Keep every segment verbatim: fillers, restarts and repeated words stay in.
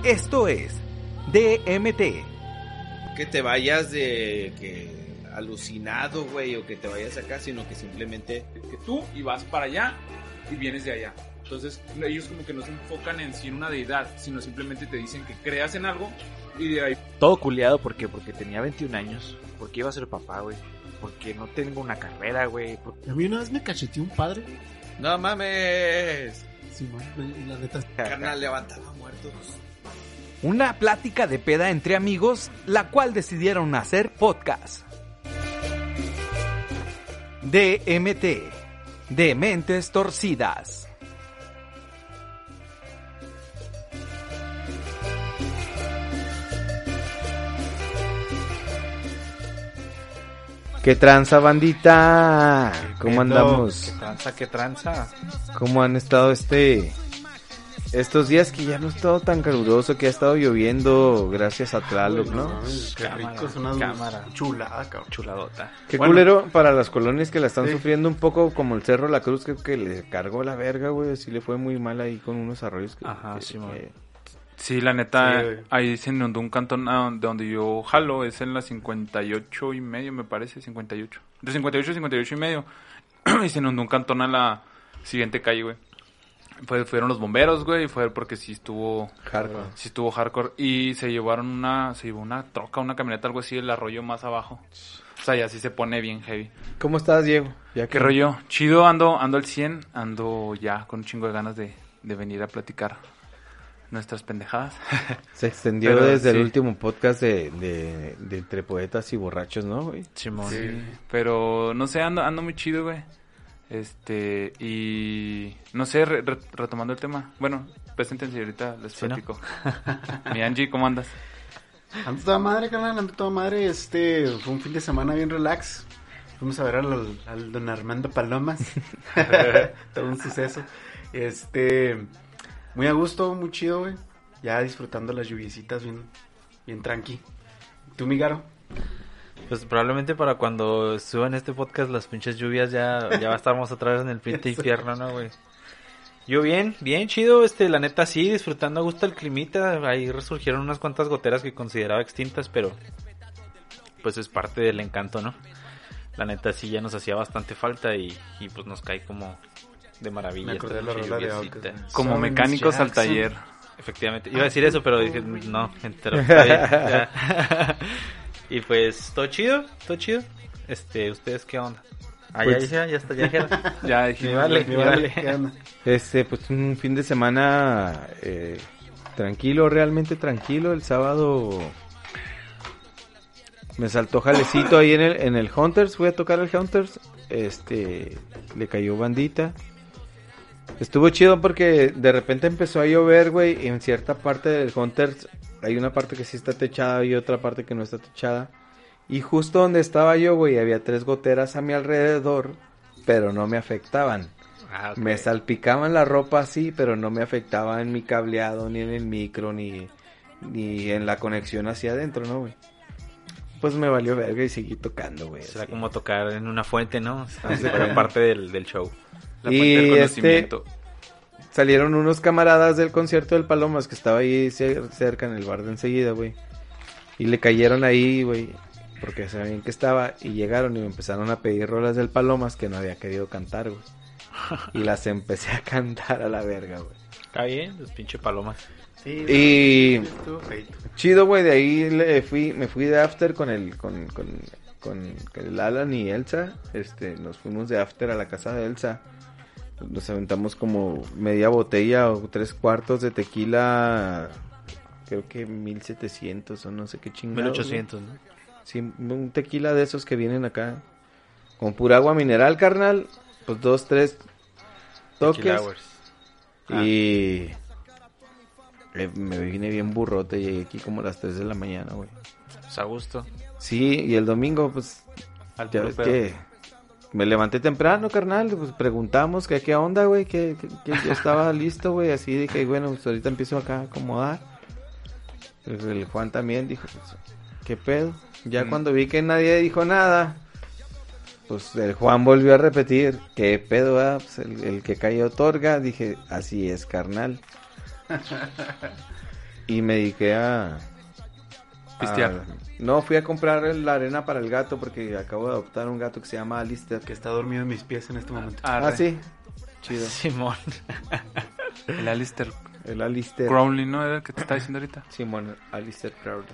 Esto es D M T. Que te vayas de que alucinado, güey, o que te vayas acá, sino que simplemente que tú y vas para allá y vienes de allá. Entonces ellos como que no se enfocan en sí en una deidad, sino simplemente te dicen que creas en algo y de ahí. Todo culiado porque porque tenía veintiún años, porque iba a ser papá, güey, porque no tengo una carrera, güey. Porque... A mí una vez me cacheteó un padre. ¡No mames! Sí, man, la neta. Carnal, levantaba muertos. Una plática de peda entre amigos, la cual decidieron hacer podcast. D M T, de Mentes Torcidas. ¿Qué tranza, bandita? ¿Cómo andamos? ¿Qué tranza, qué tranza? ¿Cómo han estado este... estos días que ya no ha estado tan caluroso, que ha estado lloviendo gracias a Tlaloc, ¿no? no qué Cámara, rico, es una cámara. chulada, cabrón. Chuladota. Qué Bueno, culero para las colonias que la están Sí. sufriendo un poco, como el Cerro La Cruz, creo que le cargó la verga, güey. Así le fue muy mal ahí con unos arroyos. Que, Ajá, que- sí, man. que- Sí, la neta, Sí, güey. ahí se inundó un cantón ah, de donde yo jalo, es en la cincuenta y ocho y medio, me parece, cincuenta y ocho. De cincuenta y ocho a cincuenta y ocho y medio. Y se inundó un cantón a la siguiente calle, güey. Fue, fueron los bomberos, güey, y fue porque sí estuvo Hardcore. sí estuvo hardcore y se llevaron una se llevó una troca, una camioneta, algo así, el arroyo más abajo. O sea, ya sí se pone bien heavy. ¿Cómo estás, Diego? Ya ¿Qué rollo? Chido, ando ando al cien, ando ya con un chingo de ganas de, de venir a platicar nuestras pendejadas. Se extendió Pero, desde sí. el último podcast de, de, de Entre Poetas y Borrachos, ¿no, güey? Simón. Sí, pero no sé, ando ando muy chido, güey. Este, y no sé, re- re- retomando el tema. Bueno, preséntense y ahorita les Sí, ¿no? platico. Mi Angie, ¿cómo andas? Ando toda madre, carnal, ando toda madre. Este fue un fin de semana bien relax. Fuimos a ver al, al don Armando Palomas. Todo un suceso. Este, muy a gusto, muy chido, güey. Ya disfrutando las lluviecitas bien, bien tranqui. ¿Tú, Migaro? Pues probablemente para cuando suban este podcast las pinches lluvias ya, ya estamos otra vez en el pinche infierno, ¿no, güey? Yo bien, bien chido, este, la neta sí, disfrutando a gusto el climita. Ahí resurgieron unas cuantas goteras que consideraba extintas, pero pues es parte del encanto, ¿no? La neta sí ya nos hacía bastante falta y, y pues nos cae como de maravilla. Me acordé esta de la pinche rola de lluviecita. Outcast. Como Son mecánicos al Jackson. taller. Efectivamente, iba a decir eso, pero dije, no, pero está bien, ya. Y pues, todo chido, todo chido. Este, ¿ustedes qué onda? Ah, Pues- ya, ya, ya está, ya dijeron. Ya Me dijimos, vale, güey. me vale. ¿Qué onda? Este, pues un fin de semana eh, tranquilo, realmente tranquilo. El sábado me saltó jalecito ahí en el, en el Hunters, fui a tocar el Hunters, este, le cayó bandita. Estuvo chido porque de repente empezó a llover, güey, y en cierta parte del Hunters hay una parte que sí está techada y otra parte que no está techada. Y justo donde estaba yo, güey, había tres goteras a mi alrededor, pero no me afectaban. Ah, ok. Me salpicaban la ropa así, pero no me afectaba en mi cableado, ni en el micro, ni, ni en la conexión hacia adentro, ¿no, güey? Pues me valió verga y seguí tocando, güey. Será así. como tocar en una fuente, ¿no? O sea, Haz de fuera cuenta. parte del, del show. La Y fuente del este- conocimiento. Salieron unos camaradas del concierto del Palomas que estaba ahí cer- cerca en el bar de enseguida, güey. Y le cayeron ahí, güey, porque sabían que estaba. Y llegaron y me empezaron a pedir rolas del Palomas que no había querido cantar, güey. Y las empecé a cantar a la verga, güey. Está bien, los pinche palomas. Sí, Y- estuvo feito. Chido, güey, de ahí le fui, me fui de after con el, con, con, con, con el Alan y Elsa. Este, nos fuimos de after a la casa de Elsa. Nos aventamos como media botella o tres cuartos de tequila, creo que mil setecientos o no sé qué chingados. mil ochocientos, ¿no? Sí, un tequila de esos que vienen acá. Con pura agua mineral, carnal. Pues dos, tres toques. Tequila hours. Ah. Y eh, me vine bien burrote. Llegué aquí como a las tres de la mañana, güey. Pues a gusto. Sí, y el domingo, pues, Al ya puro ves pedo. que me levanté temprano, carnal. Pues preguntamos que qué onda, güey. Que, que, que yo estaba listo, güey. Así dije, bueno, pues ahorita empiezo acá a acomodar. El, el Juan también dijo, pues, ¿qué pedo? Ya Mm. cuando vi que nadie dijo nada, pues el Juan volvió a repetir, ¿qué pedo? Ah? Pues el, el que cayó otorga. Dije, así es, carnal. y me dediqué a... Pistear. a- no, fui a comprar la arena para el gato porque acabo de adoptar un gato que se llama Alistair. Que está dormido en mis pies en este momento. Arre. Ah, sí. Chido. Simón. El Alistair El Alistair. Crowley, ¿no? Era el que te estaba diciendo ahorita. Simón, Alistair Crowley.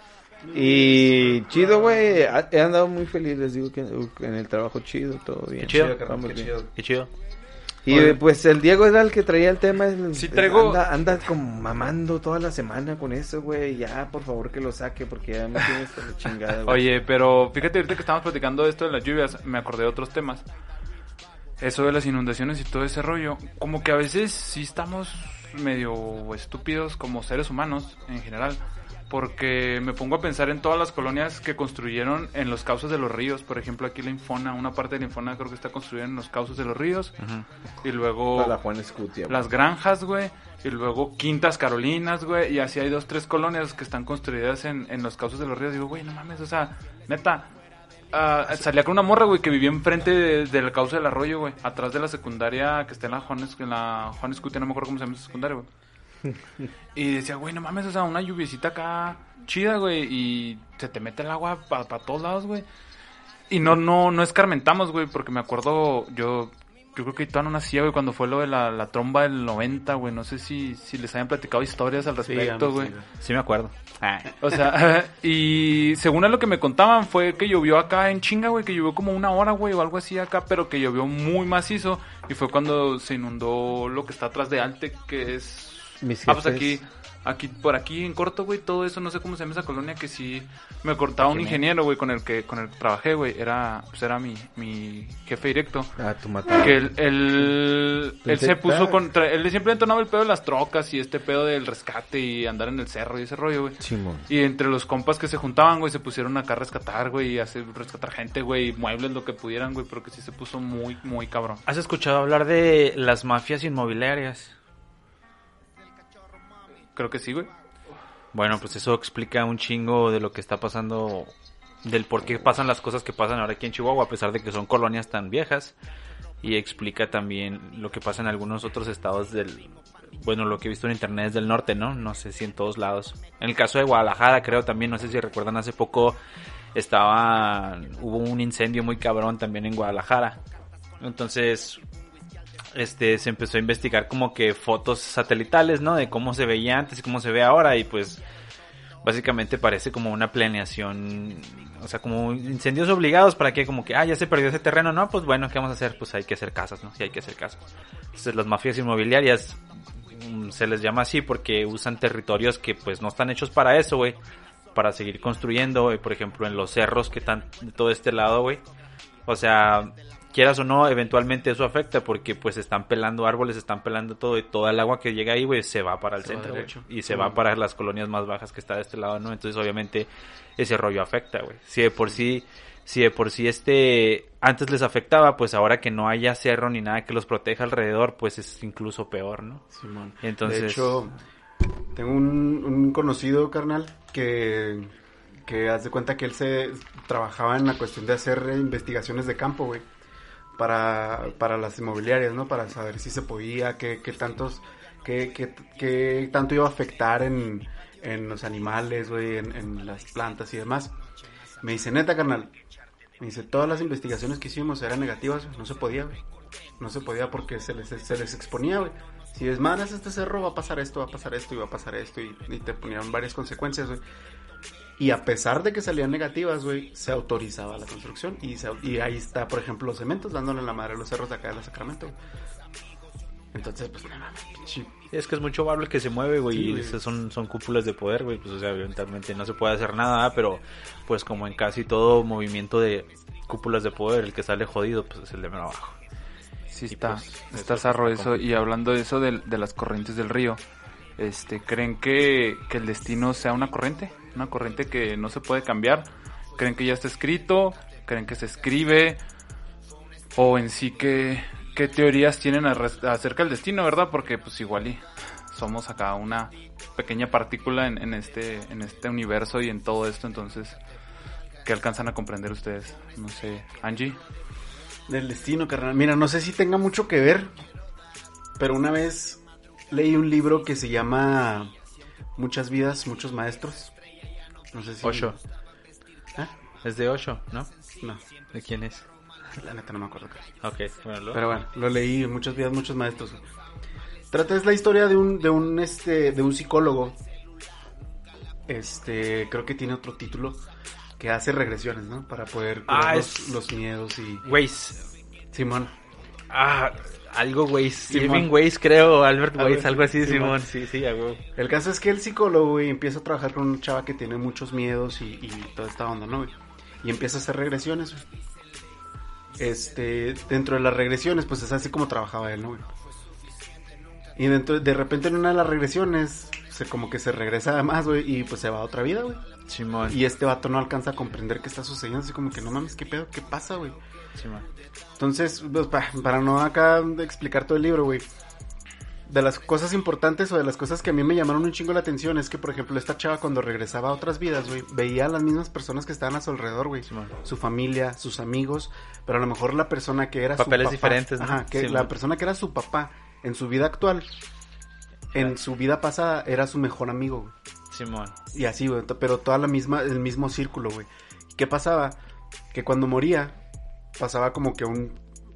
Y chido, güey. ha- He andado muy feliz, les digo que en el trabajo chido, todo bien. Qué chido, carnal, vamos qué bien. chido. Qué chido. Y eh, pues el Diego era el que traía el tema. el- Sí, traigo- Anda, anda como mamando toda la semana con eso, güey. Ya, por favor, que lo saque porque ya me tienes hasta la chingada, güey. Oye, pero fíjate, ahorita que estamos platicando de esto de las lluvias, me acordé de otros temas. Eso de las inundaciones y todo ese rollo. Como que a veces sí estamos medio estúpidos como seres humanos en general. Porque me pongo a pensar en todas las colonias que construyeron en los cauces de los ríos. Por ejemplo, aquí la Infona, una parte de la Infona creo que está construida en los cauces de los ríos. Y luego Para la Juan Escutia. las granjas, güey. Y luego Quintas Carolinas, güey. Y así hay dos, tres colonias que están construidas en, en los cauces de los ríos. Digo, güey, no mames, o sea, neta. ah, salía con una morra, güey, que vivía enfrente de- del cauce del arroyo, güey. Atrás de la secundaria que está en la Juan, en la Juan Escutia, no me acuerdo cómo se llama esa secundaria, güey. Y decía, güey, no mames, o sea, una lluviecita acá chida, güey. Y se te mete el agua para todos lados, güey. Y no, no, no escarmentamos, güey, porque me acuerdo, yo, yo creo que todavía no nacía, güey, cuando fue lo de la, la tromba del noventa, güey. No sé si, si les hayan platicado historias al Sí, respecto, a mí güey. sí, güey. Sí me acuerdo. Ah. O sea, y según a lo que me contaban fue que llovió acá en chinga, güey, que llovió como una hora, güey, o algo así acá, pero que llovió muy macizo. Y fue cuando se inundó lo que está atrás de Alte, que es... Mis Ah, pues jefes- aquí, aquí, por aquí en corto, güey, todo eso, no sé cómo se llama esa colonia, que sí me cortaba un ingeniero, güey, con el que, con el que trabajé, güey, era, pues era mi, mi jefe directo. Ah, tu matado. Que él, él, él se puso contra, él siempre entonaba el pedo de las trocas y este pedo del rescate y andar en el cerro y ese rollo, güey. Simón. Y entre los compas que se juntaban, güey, se pusieron acá a rescatar, güey, y a hacer, rescatar gente, güey, muebles, lo que pudieran, güey, pero que sí se puso muy, muy cabrón. ¿Has escuchado hablar de las mafias inmobiliarias? Creo que sí, güey. Bueno, pues eso explica un chingo de lo que está pasando, del por qué pasan las cosas que pasan ahora aquí en Chihuahua, a pesar de que son colonias tan viejas. Y explica también lo que pasa en algunos otros estados del... Bueno, lo que he visto en internet es del norte, ¿no? No sé si en todos lados. En el caso de Guadalajara, creo también, no sé si recuerdan, hace poco estaba... Hubo un incendio muy cabrón también en Guadalajara. Entonces... Este, se empezó a investigar como que fotos satelitales, ¿no? De cómo se veía antes y cómo se ve ahora. Y pues básicamente parece como una planeación, o sea, como incendios obligados para que como que, ah, ya se perdió ese terreno, ¿no? Pues bueno, ¿qué vamos a hacer? Pues hay que hacer casas, ¿no? Sí, hay que hacer casas. Entonces las mafias inmobiliarias mm, se les llama así porque usan territorios que pues no están hechos para eso, güey. Para seguir construyendo, güey. Por ejemplo, en los cerros que están de todo este lado, güey. O sea... Quieras o no, eventualmente eso afecta porque pues están pelando árboles, están pelando todo y toda el agua que llega ahí, güey, se va para el Se va centro, güey. derecho. Y se va para las colonias más bajas que está de este lado, ¿no? Entonces, obviamente, ese rollo afecta, güey. Si de por sí, si de por sí este, antes les afectaba, pues ahora que no haya cerro ni nada que los proteja alrededor, pues es incluso peor, ¿no? Simón. Entonces... De hecho, tengo un, un conocido, carnal, que, que haz de cuenta que él se trabajaba en la cuestión de hacer investigaciones de campo, güey. Para, para las inmobiliarias, ¿no? Para saber si se podía, qué, qué tantos, qué, qué, qué tanto iba a afectar en, en los animales, güey, en, en las plantas y demás. Me dice, neta, carnal, me dice, todas las investigaciones que hicimos eran negativas, güey. No se podía, güey. No se podía porque se les, se les exponía, güey. Si desmadras este cerro, va a pasar esto, va a pasar esto y va a pasar esto. Y, y te ponían varias consecuencias, güey. Y a pesar de que salían negativas, güey, se autorizaba la construcción. Y, se, y ahí está, por ejemplo, los cementos dándole la madre a los cerros de acá de la Sacramento. Entonces, pues, nada, pinche. Es que es mucho barro el que se mueve, güey, Sí, y güey. esas son, son cúpulas de poder, güey, pues, o sea, eventualmente no se puede hacer nada, ¿verdad? Pero, pues, como en casi todo movimiento de cúpulas de poder, el que sale jodido, pues, es el de mero abajo. Sí, Y, está, pues, está eso zarro está eso. Y hablando de eso, de, de las corrientes del río, este, ¿creen que, que el destino sea una corriente? Una corriente que no se puede cambiar. ¿Creen que ya está escrito? ¿Creen que se escribe? O en sí, ¿qué, qué teorías tienen a res- acerca del destino, verdad? Porque pues igual y somos acá una pequeña partícula en, en este en este universo y en todo esto, entonces, ¿qué alcanzan a comprender ustedes? No sé, Angie. Del destino, carnal. Mira, no sé si tenga mucho que ver, pero una vez leí un libro que se llama Muchas vidas, muchos maestros. No sé si... Osho. ¿Eh? Es de Osho, ¿no? No, ¿De quién es? la neta no me acuerdo. Ok, bueno, lo... Pero bueno, lo leí, muchas vidas, muchos maestros. Trata es la historia de un, de un, este, de un psicólogo. Este, creo que tiene otro título que hace regresiones, ¿no? Para poder curar Ah, los, es- los miedos y... Weiss. Simón. Ah, algo Weiss. Simón. Irving Weiss, creo, Albert Algo Weiss, así, algo así, Simón. Simón. Sí, sí, algo. El caso es que el psicólogo, güey, empieza a trabajar con una chava que tiene muchos miedos y, y toda esta onda, ¿no, güey? Y empieza a hacer regresiones, güey. Este, dentro de las regresiones, pues es así como trabajaba él, ¿no, güey? Y dentro, de repente en una de las regresiones, se como que se regresa más, güey, y pues se va a otra vida, güey. Simón. Y este vato no alcanza a comprender qué está sucediendo, así como que no mames, qué pedo, qué pasa, güey. Simón. Entonces, pues, pa- para no acá explicar todo el libro, güey. De las cosas importantes o de las cosas que a mí me llamaron un chingo la atención es que, por ejemplo, esta chava cuando regresaba a otras vidas, güey, veía a las mismas personas que estaban a su alrededor, güey. Simón. Su familia, sus amigos, pero a lo mejor la persona que era Papeles su papá. diferentes, ¿no? Ajá, que Simón. la persona que era su papá en su vida actual, en su vida pasada, era su mejor amigo, güey. Simón. Y así, güey, to- pero toda la misma, el mismo círculo, güey. ¿Qué pasaba? Que cuando moría, pasaba como que a un,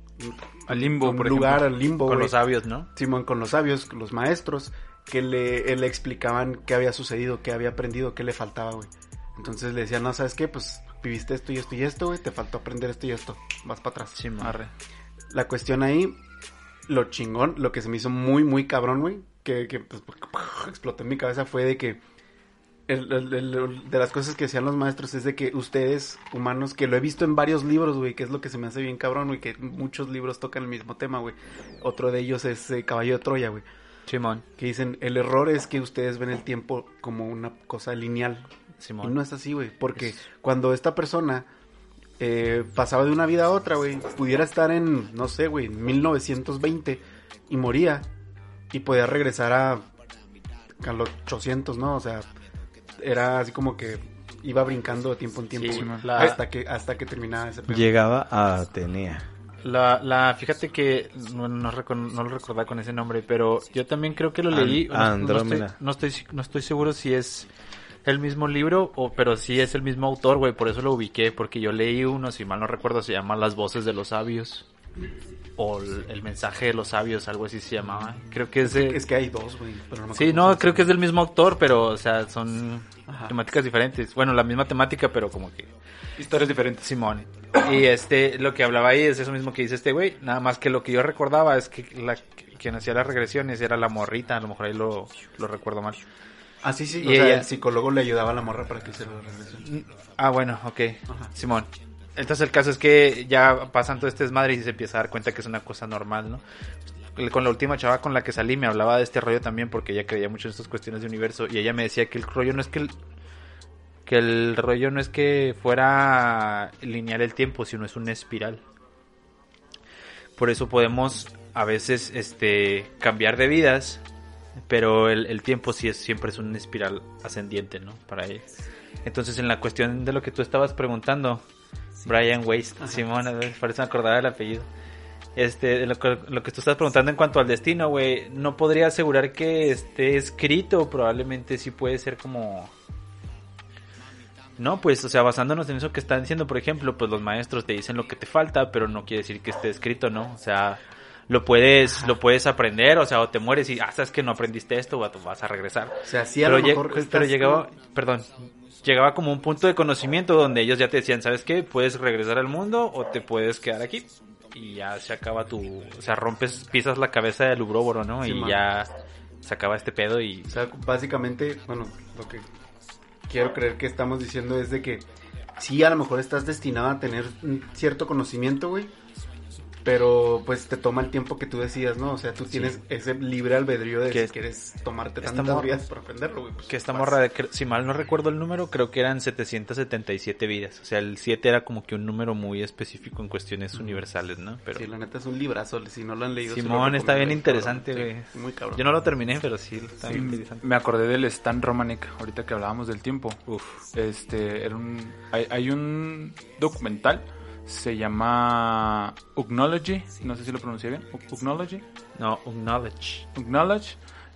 Al limbo, un por lugar, ejemplo. al limbo, Con güey. los sabios, ¿no? Simón, con los sabios, con los maestros, que le, eh, le explicaban qué había sucedido, qué había aprendido, qué le faltaba, güey. Entonces le decían, no, ¿sabes qué? Pues viviste esto y esto y esto, güey, te faltó aprender esto y esto, vas para atrás. Simón. Arre. La cuestión ahí, lo chingón, lo que se me hizo muy, muy cabrón, güey, que, que pues, explotó en mi cabeza fue de que el- el- el- de las cosas que decían los maestros es de que ustedes, humanos, que lo he visto en varios libros, güey, que es lo que se me hace bien cabrón, güey, que muchos libros tocan el mismo tema, güey. Otro de ellos es eh, Caballo de Troya, güey, Simón. que dicen, el error es que ustedes ven el tiempo como una cosa lineal. Simón. Y no es así, güey, porque cuando esta persona eh, pasaba de una vida a otra, güey, pudiera estar en, no sé, güey, mil novecientos veinte y moría y podía regresar a, a los ochocientos, ¿no? O sea, era así como que iba brincando de tiempo en tiempo, Sí, güey, la- hasta que hasta que terminaba ese pedo. Llegaba a Atenea. La, la, fíjate que no, no, recon- no lo recordaba con ese nombre, pero yo también creo que lo An- leí. No- no, Andrómeda. estoy, no, estoy, no estoy seguro si es el mismo libro, o pero sí es el mismo autor, güey, por eso lo ubiqué, porque yo leí uno, si mal no recuerdo, se llama Las Voces de los Sabios, o el, el Mensaje de los Sabios, algo así se llamaba. Creo que es de... Es que hay dos, güey, pero no me Sí, acuerdo no, cómo se creo que es llama. del mismo autor, pero, o sea, son Ajá. temáticas diferentes. Bueno, la misma temática, pero como que... Historias diferentes. Simón. Y este, lo que hablaba ahí es eso mismo que dice este güey. Nada más que lo que yo recordaba es que la quien hacía las regresiones era la morrita. A lo mejor ahí lo, lo recuerdo mal. Ah, sí, sí, Y o sea, ella- el psicólogo le ayudaba a la morra para que hiciera la regresión. Ah, bueno, ok. Ajá. Simón. Entonces el caso es que ya pasan todo este desmadre y se empieza a dar cuenta que es una cosa normal, ¿no? Con la última chava con la que salí me hablaba de este rollo también porque ella creía mucho en estas cuestiones de universo y ella me decía que el rollo no es que el, que el rollo no es que fuera lineal el tiempo, sino es una espiral. Por eso podemos a veces este cambiar de vidas, pero el, el tiempo sí es siempre es una espiral ascendiente, ¿no? Para ella. Entonces en la cuestión de lo que tú estabas preguntando, Brian Weiss, Simón, a ver, parece me acordaba del apellido. Este, lo que, lo que tú estás preguntando en cuanto al destino, güey, no podría asegurar que esté escrito, probablemente sí puede ser como... No, pues, o sea, basándonos en eso que están diciendo, por ejemplo, pues los maestros te dicen lo que te falta, pero no quiere decir que esté escrito, ¿no? O sea, lo puedes, lo puedes aprender, o sea, o te mueres y, ah, sabes que no aprendiste esto, o vas a regresar. O sea, sí a Pero, lo lleg- mejor pues, estás pero llegaba, como- perdón, llegaba como un punto de conocimiento donde ellos ya te decían, ¿sabes qué? Puedes regresar al mundo o te puedes quedar aquí. Y ya se acaba tu, o sea, rompes, pisas la cabeza del Uróboro, ¿no? Sí, y man. ya se acaba este pedo y... O sea, básicamente, bueno, lo que quiero creer que estamos diciendo es de que sí, a lo mejor estás destinado a tener un cierto conocimiento, güey, pero pues te toma el tiempo que tú decidas, ¿no? O sea, tú tienes ese libre albedrío de Que si quieres tomarte esta tantas morra- vidas para aprenderlo, güey. Pues, Que esta vas. morra, de, cre- si mal no recuerdo el número, creo que eran setecientas setenta y siete vidas. O sea, el siete era como que un número muy específico en cuestiones universales, ¿no? Pero Sí, la neta es un librazo, si no lo han leído. se lo Simón, está bien recomiendo, interesante, cabrón. güey. Sí, muy cabrón. Yo no lo terminé, pero sí, está Sí, bien interesante. me acordé del Stan Romanek, ahorita que hablábamos del tiempo. Uf. Este, era un, hay, hay un documental, se llama Ugnology, no sé si lo pronuncié bien, Ug- Ugnology, No, un knowledge. Ugnology,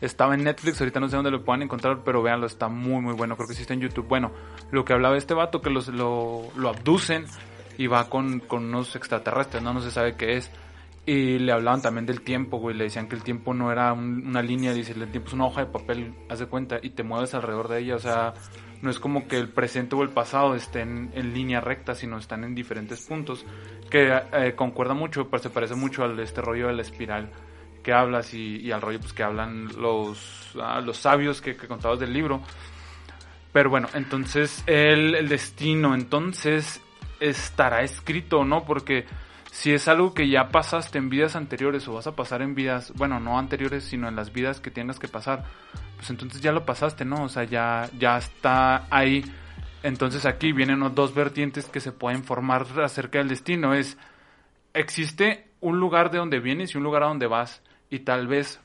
Estaba en Netflix, ahorita no sé dónde lo puedan encontrar, pero véanlo, está muy muy bueno, creo que sí está en YouTube. Bueno, lo que hablaba este vato, que los, lo, lo abducen y va con, con unos extraterrestres, ¿no? No se sabe qué es. Y le hablaban también del tiempo, güey, le decían que el tiempo no era un, una línea, dice, el tiempo es una hoja de papel, haz de cuenta, y te mueves alrededor de ella, o sea, no es como que el presente o el pasado estén en línea recta, sino están en diferentes puntos, que eh, concuerda mucho, pues se parece mucho al este rollo de la espiral que hablas y, y al rollo pues que hablan los, ah, los sabios que, que contabas del libro. Pero bueno, entonces el, el destino entonces estará escrito o no, porque si es algo que ya pasaste en vidas anteriores o vas a pasar en vidas, bueno, no anteriores, sino en las vidas que tengas que pasar, pues entonces ya lo pasaste, ¿no? O sea, ya, ya está ahí. Entonces aquí vienen los dos vertientes que se pueden formar acerca del destino. Es, existe un lugar de donde vienes y un lugar a donde vas, y tal vez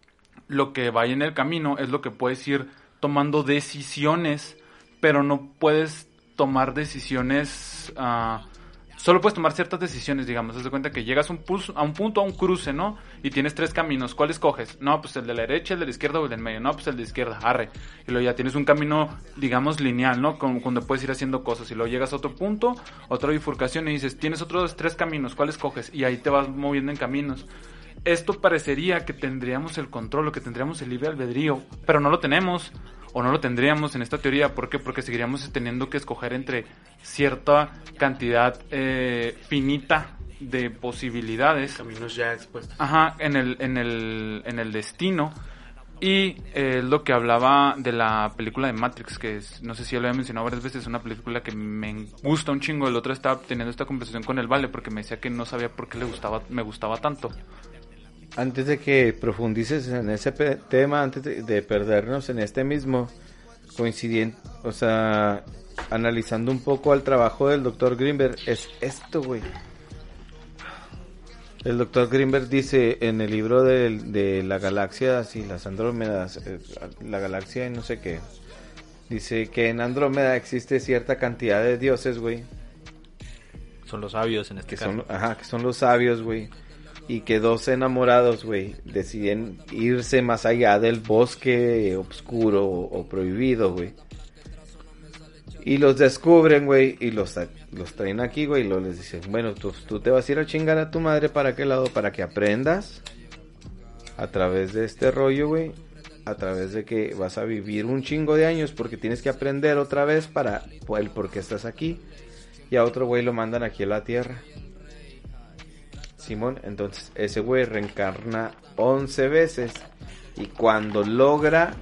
lo que vaya en el camino es lo que puedes ir tomando decisiones, pero no puedes tomar decisiones... Uh, Solo puedes tomar ciertas decisiones, digamos. Haz de cuenta que llegas a un, pulso, a un punto, a un cruce, ¿no? Y tienes tres caminos. ¿Cuál escoges? No, pues el de la derecha, el de la izquierda o el del medio. No, pues el de izquierda, arre. Y luego ya tienes un camino, digamos, lineal, ¿no? Con, donde puedes ir haciendo cosas. Y luego llegas a otro punto, otra bifurcación y dices, tienes otros tres caminos, ¿cuál escoges? Y ahí te vas moviendo en caminos. Esto parecería que tendríamos el control o que tendríamos el libre albedrío, pero no lo tenemos. O no lo tendríamos en esta teoría. ¿Por qué? Porque seguiríamos teniendo que escoger entre cierta cantidad eh, finita de posibilidades. Caminos ya expuestos. Ajá, en el, en el, en el destino. Y eh, lo que hablaba de la película de Matrix, que es, no sé si ya lo había mencionado varias veces, es una película que me gusta un chingo. El otro estaba teniendo esta conversación con el Vale porque me decía que no sabía por qué le gustaba, me gustaba tanto. Antes de que profundices en ese pe- tema, antes de, de perdernos en este mismo, coincidente, o sea, analizando un poco al trabajo del doctor Greenberg, es esto, güey. El doctor Greenberg dice en el libro de, de la galaxia, sí, las Andrómedas, eh, la galaxia y no sé qué, dice que en Andrómeda existe cierta cantidad de dioses, güey. Son los sabios en este Que caso. son, ajá, que son los sabios, güey. Y que dos enamorados, güey, deciden irse más allá del bosque oscuro o, o prohibido, güey. Y los descubren, güey, y los, los traen aquí, güey, y los les dicen, bueno, tú, tú te vas a ir a chingar a tu madre, ¿para qué lado? Para que aprendas a través de este rollo, güey, a través de que vas a vivir un chingo de años porque tienes que aprender otra vez para el por qué estás aquí. Y a otro güey lo mandan aquí a la tierra. Simón, entonces ese güey reencarna once veces y cuando logra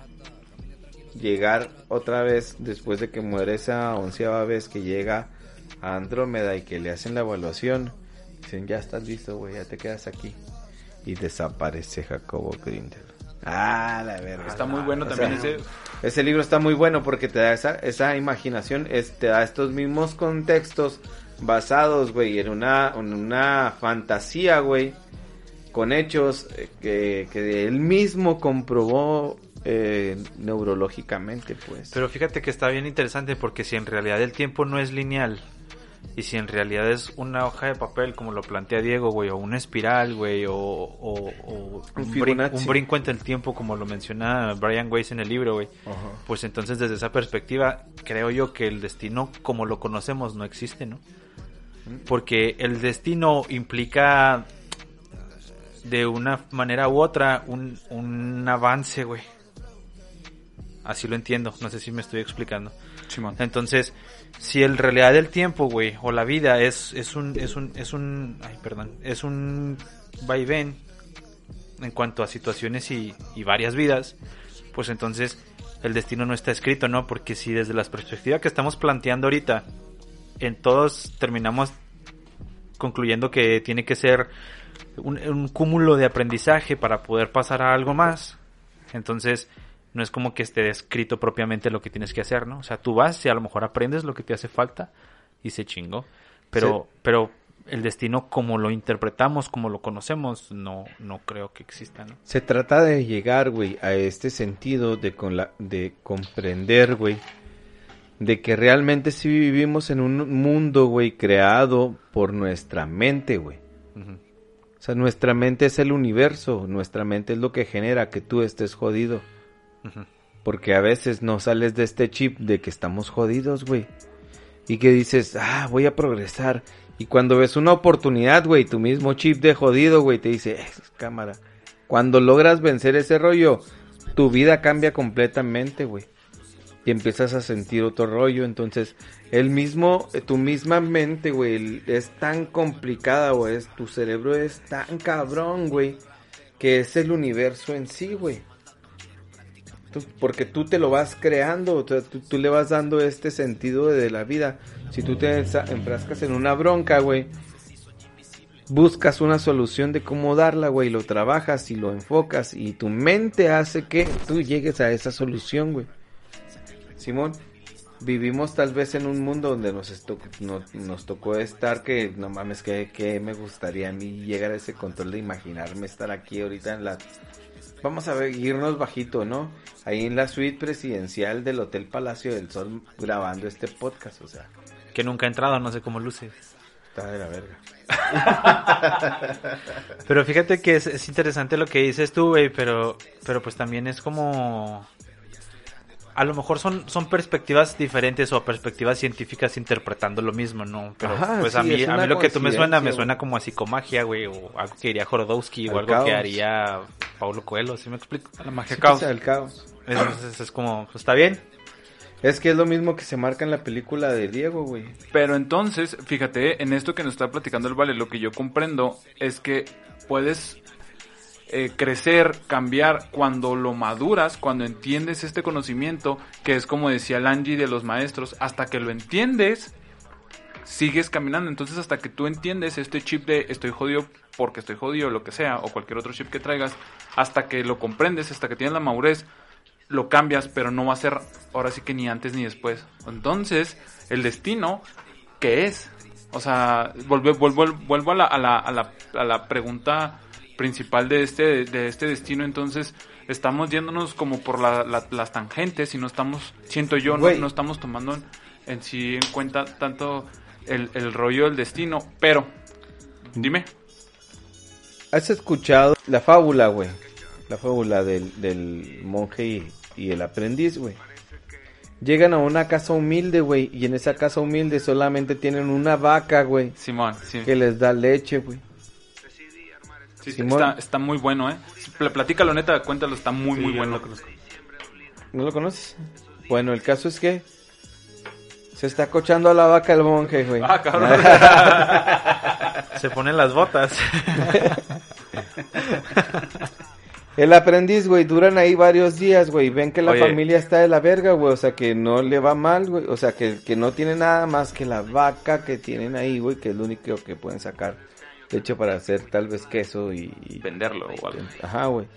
llegar otra vez, después de que muere esa onceava vez que llega a Andrómeda y que le hacen la evaluación, dicen, ya estás listo, güey, ya te quedas aquí. Y desaparece Jacobo Grindel. Ah, la verga. Está muy bueno O también sea, ese... Ese libro está muy bueno porque te da esa, esa imaginación, es, te da estos mismos contextos basados, güey, en una, en una fantasía, güey, con hechos eh, que, que él mismo comprobó eh, neurológicamente, pues. Pero fíjate que está bien interesante porque si en realidad el tiempo no es lineal y si en realidad es una hoja de papel como lo plantea Diego, güey, o una espiral, güey, o, o, o un, brin- un brinco entre el tiempo como lo menciona Brian Weiss en el libro, güey, uh-huh. Pues entonces desde esa perspectiva creo yo que el destino como lo conocemos no existe, ¿no? Porque el destino implica de una manera u otra un, un avance, güey. Así lo entiendo, no sé si me estoy explicando. Simón. Entonces, si el realidad del tiempo, güey, o la vida es es un es un es un ay, perdón, es un vaivén en cuanto a situaciones y, y varias vidas, pues entonces el destino no está escrito, ¿no? Porque si desde la perspectiva que estamos planteando ahorita, en todos terminamos concluyendo que tiene que ser un, un cúmulo de aprendizaje para poder pasar a algo más, entonces no es como que esté escrito propiamente lo que tienes que hacer, ¿no? O sea, tú vas y a lo mejor aprendes lo que te hace falta y se chingó. Pero, sí. pero el destino como lo interpretamos, como lo conocemos, no, no creo que exista, ¿no? Se trata de llegar, güey, a este sentido de, con la, de comprender, güey, de que realmente sí vivimos en un mundo, güey, creado por nuestra mente, güey. Uh-huh. O sea, nuestra mente es el universo, nuestra mente es lo que genera que tú estés jodido. Ujú. Porque a veces no sales de este chip de que estamos jodidos, güey. Y que dices, ah, voy a progresar. Y cuando ves una oportunidad, güey, tu mismo chip de jodido, güey, te dice, eh, cámara. Cuando logras vencer ese rollo, tu vida cambia completamente, güey. Y empiezas a sentir otro rollo. Entonces, el mismo, tu misma mente, güey, es tan complicada, güey. Tu cerebro es tan cabrón, güey, que es el universo en sí, güey. Porque tú te lo vas creando, o sea, tú, tú le vas dando este sentido de, de la vida. Si tú te enfrascas en una bronca, güey, buscas una solución de cómo darla, güey, lo trabajas y lo enfocas y tu mente hace que tú llegues a esa solución, güey. Simón, vivimos tal vez en un mundo donde nos, esto, no, nos tocó estar que, no mames, que, que me gustaría a mí llegar a ese control de imaginarme estar aquí ahorita en la... Vamos a ver, irnos bajito, ¿no? Ahí en la suite presidencial del Hotel Palacio del Sol grabando este podcast, o sea. Que nunca he entrado, no sé cómo luce. Está de la verga. Pero fíjate que es, es interesante lo que dices tú, güey, pero, pero pues también es como... A lo mejor son, son perspectivas diferentes o perspectivas científicas interpretando lo mismo, ¿no? Pero Ajá, pues sí, a mí, es a una mí lo que tú me suena, me coincidencia, suena güey. como a psicomagia, güey, o algo que haría Jorodowski, o Al algo caos. que haría Paulo Coelho, ¿sí me explico? La magia Sí, caos. o sea, el caos. Entonces es como, pues está bien. Es que es lo mismo que se marca en la película de Diego, güey. Pero entonces, fíjate, en esto que nos está platicando el Vale, lo que yo comprendo es que puedes eh, crecer, cambiar cuando lo maduras, cuando entiendes este conocimiento, que es como decía el Angie de los maestros, hasta que lo entiendes, sigues caminando. Entonces, hasta que tú entiendes este chip de estoy jodido porque estoy jodido, lo que sea, o cualquier otro chip que traigas, hasta que lo comprendes, hasta que tienes la madurez, lo cambias, pero no va a ser ahora sí que ni antes ni después. Entonces, el destino, ¿qué es? O sea, vuelvo, vuelvo, vuelvo a, la, a, la, a, la, a la pregunta principal de este, de este destino. Entonces, estamos yéndonos como por la, la, las tangentes y no estamos, siento yo, no, no estamos tomando en, en sí en cuenta tanto el, el rollo del destino. Pero, dime. ¿Has escuchado la fábula, güey? La fábula del, del monje y, y el aprendiz, güey. Llegan a una casa humilde, güey, y en esa casa humilde solamente tienen una vaca, güey, Simón, sí. que les da leche, güey. Sí, Simón. está, está muy bueno, ¿eh? Pl- Platícalo, neta, cuéntalo, está muy, muy bueno. ¿No lo conoces? Bueno, el caso es que se está cochando a la vaca el monje, güey. Ah, cabrón. Se ponen las botas. El aprendiz, güey, duran ahí varios días, güey. Ven que la Oye. familia está de la verga, güey. O sea, que no le va mal, güey. O sea, que, que no tiene nada más que la vaca que tienen ahí, güey. Que es lo único que pueden sacar. De hecho, para hacer tal vez queso y... y- Venderlo o algo. Ajá, güey.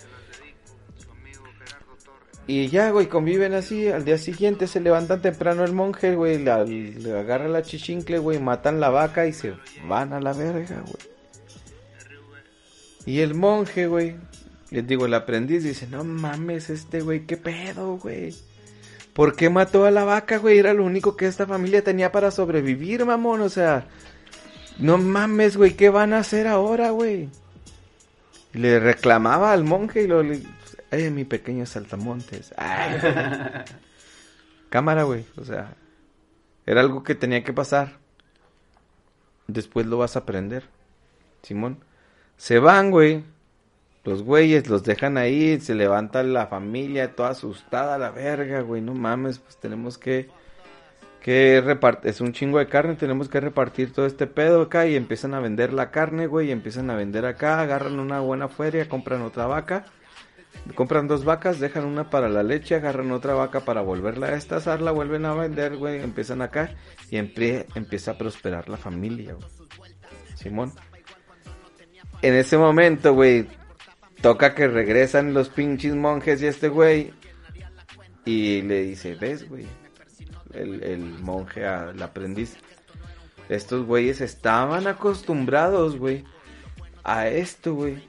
Y ya, güey, conviven así. Al día siguiente se levantan temprano el monje, güey. la- Le agarra la chichincle, güey. Matan la vaca y se van a la verga, güey. Y el monje, güey. Les digo, el aprendiz dice, no mames, este güey, qué pedo, güey. ¿Por qué mató a la vaca, güey? Era lo único que esta familia tenía para sobrevivir, mamón. O sea, no mames, güey, ¿qué van a hacer ahora, güey? Le reclamaba al monje y lo... Le... Ay, mi pequeño saltamontes. Ay. Cámara, güey. O sea, era algo que tenía que pasar. Después lo vas a aprender, Simón. Se van, güey. Los güeyes los dejan ahí, se levanta la familia toda asustada, la verga, güey, no mames, pues tenemos que, que repartir, es un chingo de carne, tenemos que repartir todo este pedo acá y empiezan a vender la carne, güey, y empiezan a vender acá, agarran una buena feria, compran otra vaca, compran dos vacas, dejan una para la leche, agarran otra vaca para volverla a destazar, la vuelven a vender, güey, empiezan acá y empie- empieza a prosperar la familia, güey. Simón. En ese momento, güey, toca que regresan los pinches monjes y este güey. Y le dice, ¿ves, güey? El, el monje al aprendiz. Estos güeyes estaban acostumbrados, güey, a esto, güey.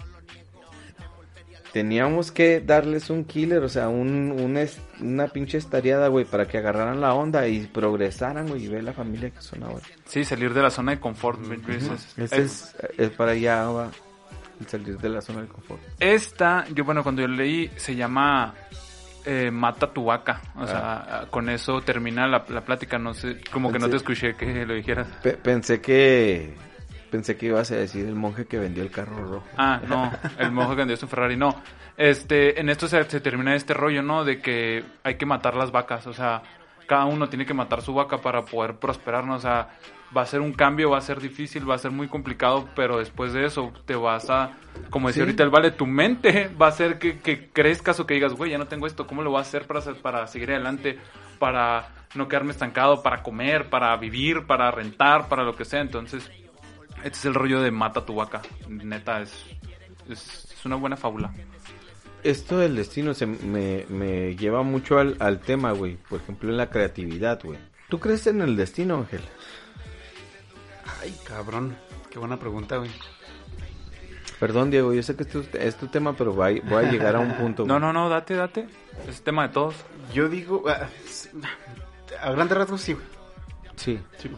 Teníamos que darles un killer, o sea, un, un es- una pinche estariada, güey, para que agarraran la onda y progresaran, güey, y ve la familia que son ahora. Sí, salir de la zona de confort. ¿ves? Es- Ese es- es, es para allá, va. El salir de la zona de confort. Esta, yo bueno, cuando yo leí, se llama eh, Mata tu vaca. O ah. sea, con eso termina la, la plática. No sé, como pensé, que no te escuché que lo dijeras. Pe- pensé que pensé que ibas a decir el monje que vendió el carro rojo. Ah, no, el monje que vendió su Ferrari, no. Este, en esto se, se termina este rollo, ¿no? De que hay que matar las vacas. O sea, cada uno tiene que matar su vaca para poder prosperar, ¿no? O sea, va a ser un cambio, va a ser difícil, va a ser muy complicado, pero después de eso te vas a, como decía ¿sí? ahorita el Vale, tu mente va a hacer que, que crezcas o que digas, güey, ya no tengo esto, ¿cómo lo voy a hacer para, hacer para seguir adelante, para no quedarme estancado, para comer, para vivir, para rentar, para lo que sea? Entonces, este es el rollo de mata tu vaca, neta, es, es, es una buena fábula. Esto del destino se me, me lleva mucho al, al tema, güey, por ejemplo, en la creatividad, güey. ¿Tú crees en el destino, Ángel? Ay, cabrón, qué buena pregunta, güey. Perdón, Diego, yo sé que esto es tu tema, pero voy, voy a llegar a un punto. No, no, no, date, date. Es tema de todos. Yo digo, uh, a grandes rasgos sí, güey. Sí. Sí.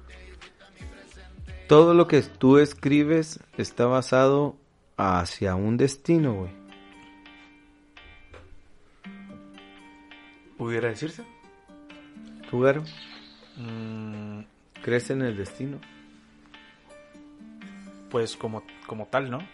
Todo lo que tú escribes está basado hacia un destino, güey. ¿Pudiera decirse? ¿Tú, Garo? Mm, ¿Crees en el destino? Pues como, como tal, ¿no?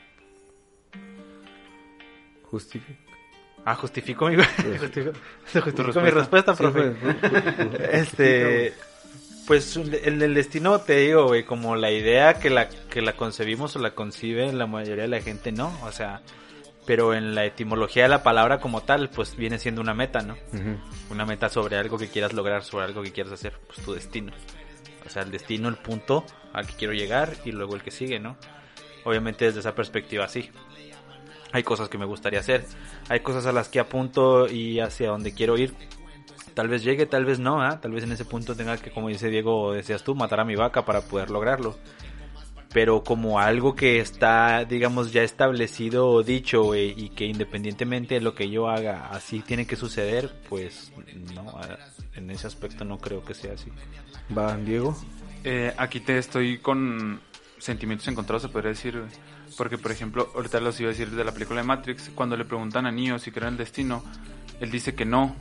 Justifico. Ah, justifico mi, justifico, justifico respuesta. mi respuesta, profe. Sí, pues, este, pues el, el destino, te digo, güey, como la idea que la, que la concebimos o la concibe la mayoría de la gente, no, o sea, pero en la etimología de la palabra como tal, pues viene siendo una meta, ¿no? Uh-huh. Una meta sobre algo que quieras lograr, sobre algo que quieras hacer, pues tu destino. O sea, el destino, el punto al que quiero llegar y luego el que sigue, ¿no? Obviamente desde esa perspectiva sí. Hay cosas que me gustaría hacer, hay cosas a las que apunto y hacia donde quiero ir. Tal vez llegue, tal vez no, ¿eh? Tal vez en ese punto tenga que, como dice Diego, o decías tú, matar a mi vaca para poder lograrlo. Pero como algo que está, digamos, ya establecido o dicho, güey, y que independientemente de lo que yo haga, así tiene que suceder, pues no, en ese aspecto no creo que sea así. ¿Va, Diego? Eh, aquí te estoy con sentimientos encontrados, se podría decir, porque por ejemplo, ahorita los iba a decir de la película de Matrix, cuando le preguntan a Neo si cree en el destino, él dice que no,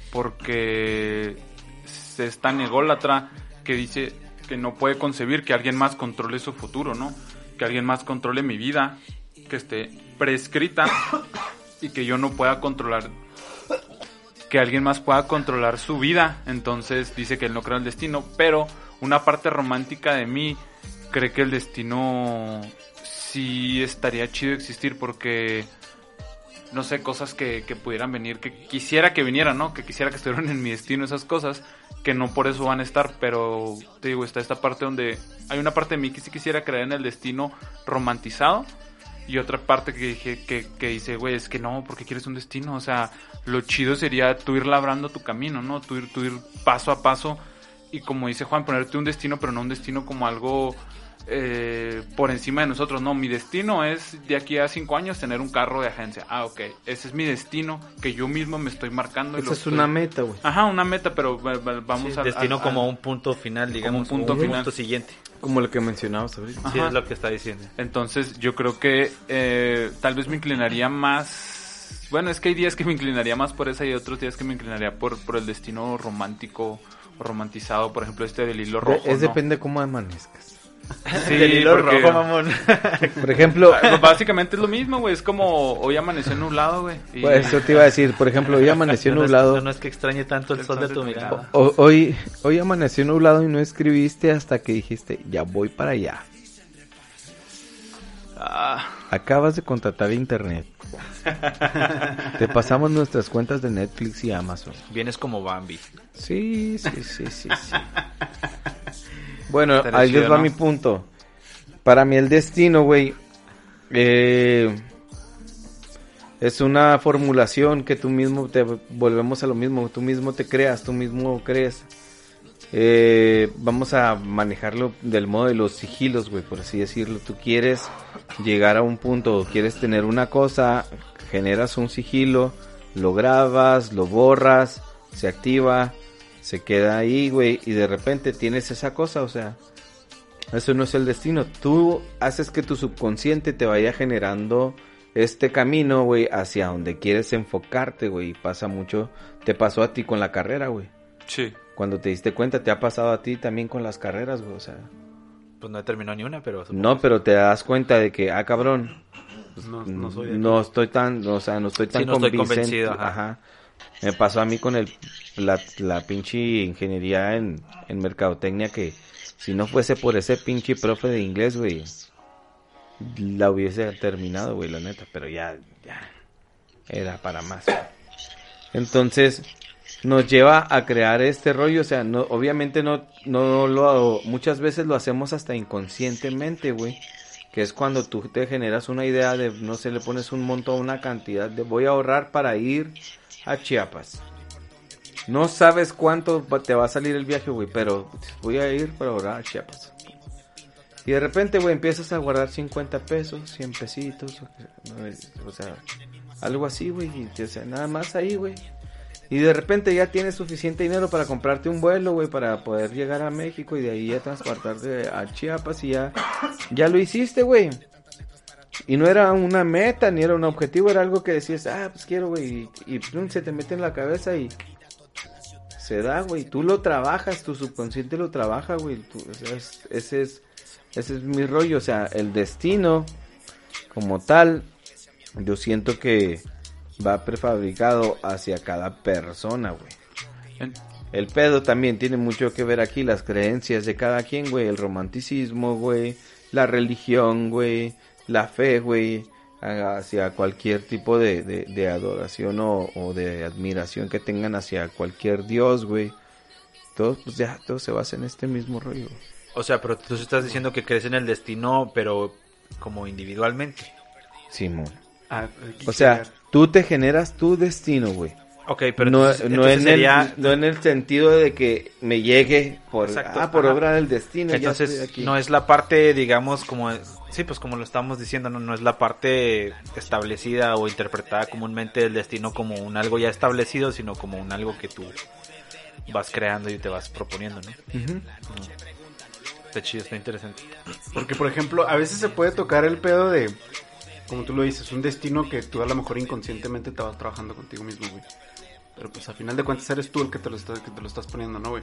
porque es tan ególatra que dice que no puede concebir que alguien más controle su futuro, ¿no? Que alguien más controle mi vida, que esté prescrita y que yo no pueda controlar, que alguien más pueda controlar su vida. Entonces dice que él no cree en el destino, pero una parte romántica de mí cree que el destino sí estaría chido existir, porque no sé, cosas que, que pudieran venir, que quisiera que vinieran, ¿no? Que quisiera que estuvieran en mi destino, esas cosas, que no por eso van a estar, pero te digo, está esta parte donde hay una parte de mí que sí quisiera creer en el destino romantizado, y otra parte que dije, que, que dice, güey, es que no, porque quieres un destino, o sea, lo chido sería tú ir labrando tu camino, ¿no? Tú ir, tú ir paso a paso, y como dice Juan, ponerte un destino, pero no un destino como algo eh, por encima de nosotros, no, mi destino es de aquí a cinco años tener un carro de agencia. Ah, ok, ese es mi destino que yo mismo me estoy marcando. Esa es estoy... una meta, güey. Ajá, una meta, pero vamos sí, a... destino a, a, como un punto final, digamos, como un punto un final. punto siguiente. Como lo que mencionabas ahorita. Ajá. Sí, es lo que está diciendo. Entonces yo creo que eh, tal vez me inclinaría más... Bueno, es que hay días que me inclinaría más por esa y otros días que me inclinaría por, por el destino romántico o romantizado, por ejemplo este del hilo rojo. Es ¿no? Depende cómo amanezcas. Sí, del hilo porque... rojo, mamón. Por ejemplo, básicamente es lo mismo, güey. Es como hoy amaneció nublado, güey. Y... Pues eso te iba a decir. Por ejemplo, hoy amaneció no nublado. Es, no es que extrañe tanto el, el sol, sol de tu mirada. O, hoy, hoy amaneció nublado y no escribiste hasta que dijiste, ya voy para allá. Ah. Acabas de contratar internet. Te pasamos nuestras cuentas de Netflix y Amazon. Vienes como Bambi. Sí, sí, sí, sí, sí. Bueno, ahí les va, ¿no?, mi punto. Para mí el destino, güey, eh, es una formulación que tú mismo, te volvemos a lo mismo, tú mismo te creas, tú mismo crees. Eh, vamos a manejarlo del modo de los sigilos, güey, por así decirlo. Tú quieres llegar a un punto, quieres tener una cosa, generas un sigilo, lo grabas, lo borras, se activa, se queda ahí, güey, y de repente tienes esa cosa, o sea, Eso no es el destino. Tú haces que tu subconsciente te vaya generando este camino, güey, hacia donde quieres enfocarte, güey. Y pasa mucho. Te pasó a ti con la carrera, güey. Sí. Cuando te diste cuenta, te ha pasado a ti también con las carreras, güey. O sea, Pues no he terminado ni una, pero... supongo no, que pero te das cuenta de que, ah, cabrón, Pues no, no soy de aquí. no estoy tan, o sea, no estoy tan Sí, no estoy convincente. convencido, ajá. Ajá. Me pasó a mí con el la, la pinche ingeniería en, en mercadotecnia que si no fuese por ese pinche profe de inglés, güey, la hubiese terminado, güey, la neta, pero ya, ya, era para más. Entonces, nos lleva a crear este rollo, o sea, no, obviamente no, no lo, muchas veces lo hacemos hasta inconscientemente, güey, que es cuando tú te generas una idea de, no sé, le pones un monto, una cantidad de, voy a ahorrar para ir a Chiapas. No sabes cuánto te va a salir el viaje, güey, pero voy a ir para ahorrar a Chiapas. Y de repente, güey, empiezas a guardar cincuenta pesos, cien pesitos, o sea, algo así, güey, y o sea, nada más ahí, güey. Y de repente ya tienes suficiente dinero para comprarte un vuelo, güey, para poder llegar a México y de ahí ya transportarte a Chiapas y ya, ya lo hiciste, güey. Y no era una meta, ni era un objetivo, era algo que decías, ah, pues quiero, güey, y, y plum, se te mete en la cabeza y se da, güey. Tú lo trabajas, tu subconsciente lo trabaja, güey. Tú, o sea, es, ese es, ese es mi rollo, o sea, el destino como tal, yo siento que va prefabricado hacia cada persona, güey. El pedo también tiene mucho que ver aquí, las creencias de cada quien, güey, el romanticismo, güey, la religión, güey, la fe, güey, hacia cualquier tipo de, de, de adoración o, o de admiración que tengan hacia cualquier dios, güey. Todo, pues ya, todo se basa en este mismo rollo. O sea, pero tú estás diciendo que crees en el destino, pero como individualmente. Simón. Ah, O sea, tú te generas tu destino, güey. Ok, pero no, entonces, no, entonces en sería... el, no en el sentido de que me llegue por, Exacto, ah, por ajá. obra del destino. Ya Entonces, estoy aquí. no es la parte, digamos, como... Sí, pues como lo estamos diciendo, no, no es la parte establecida o interpretada comúnmente del destino como un algo ya establecido, sino como un algo que tú vas creando y te vas proponiendo, ¿no? Ujú. Está chido, está interesante. Porque, por ejemplo, a veces se puede tocar el pedo de, como tú lo dices, un destino que tú a lo mejor inconscientemente te vas trabajando contigo mismo, güey. Pero pues a final de cuentas eres tú el que te lo, está, que te lo estás poniendo, ¿no, güey?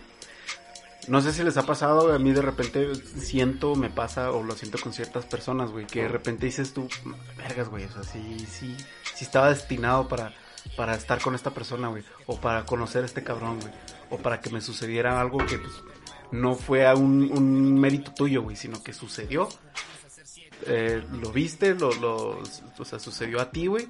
No sé si les ha pasado, a mí de repente siento, me pasa, o lo siento con ciertas personas, güey, que de repente dices tú, vergas, güey, o sea, sí, sí, sí estaba destinado para, para estar con esta persona, güey, o para conocer a este cabrón, güey, o para que me sucediera algo que, pues, no fue a un, un mérito tuyo, güey, sino que sucedió, eh, lo viste, lo, lo, o sea, sucedió a ti, güey,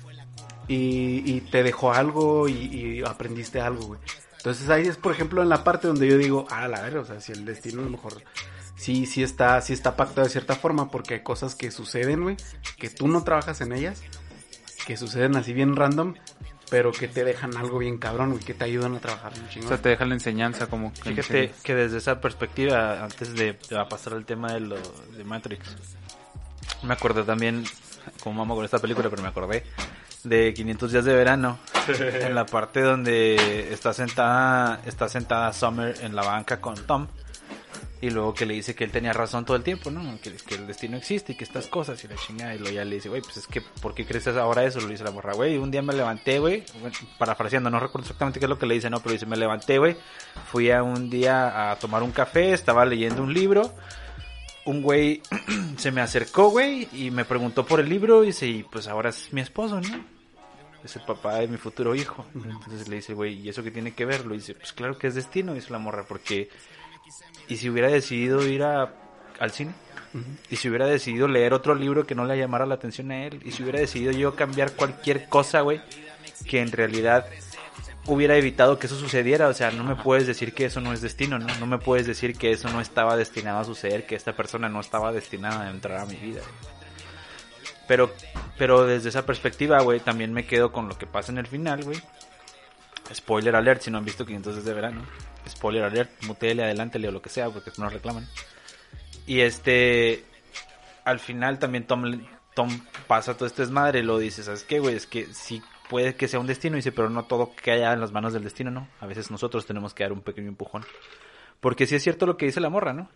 y, y te dejó algo y, y aprendiste algo, güey. Entonces ahí es, por ejemplo, en la parte donde yo digo, ah, la verdad, o sea, si el destino a lo mejor sí, sí está, sí está pactado de cierta forma, porque hay cosas que suceden, güey, que tú no trabajas en ellas, que suceden así bien random, pero que te dejan algo bien cabrón, güey, que te ayudan a trabajar un O chingón. sea, te deja la enseñanza como... que Fíjate enseñas. que desde esa perspectiva, antes de, de pasar al tema de, lo, de Matrix, me acordé también, como vamos con esta película, pero me acordé de quinientos días de verano, en la parte donde está sentada, está sentada Summer en la banca con Tom, y luego que le dice que él tenía razón todo el tiempo, ¿no? Que, que el destino existe y que estas cosas y la chingada, y luego ya le dice, güey, pues es que, ¿por qué crees ahora eso? Lo dice la morra, güey, un día me levanté, güey, bueno, parafraseando, no recuerdo exactamente qué es lo que le dice, no, pero dice, me levanté, güey, fui a un día a tomar un café, estaba leyendo un libro, un güey se me acercó, güey, y me preguntó por el libro, y dice, y pues ahora es mi esposo, ¿no? Es el papá de mi futuro hijo. Entonces le dice, güey, ¿y eso qué tiene que ver? Lo dice, pues claro que es destino, dice la morra, porque... ¿Y si hubiera decidido ir a, al cine? Uh-huh. ¿Y si hubiera decidido leer otro libro que no le llamara la atención a él? ¿Y si hubiera decidido yo cambiar cualquier cosa, güey, que en realidad hubiera evitado que eso sucediera? O sea, no me puedes decir que eso no es destino, ¿no? No me puedes decir que eso no estaba destinado a suceder, que esta persona no estaba destinada a entrar a mi vida, güey. Pero, pero desde esa perspectiva, güey, también me quedo con lo que pasa en el final, güey. Spoiler alert, si no han visto quinientos días de verano. Spoiler alert, mutele, adelántele o lo que sea, porque no nos reclaman. Y este, al final también Tom, Tom pasa todo este desmadre y lo dice, ¿sabes qué, güey? Es que sí puede que sea un destino, dice, pero no todo que haya en las manos del destino, ¿no? A veces nosotros tenemos que dar un pequeño empujón. Porque sí es cierto lo que dice la morra, ¿no?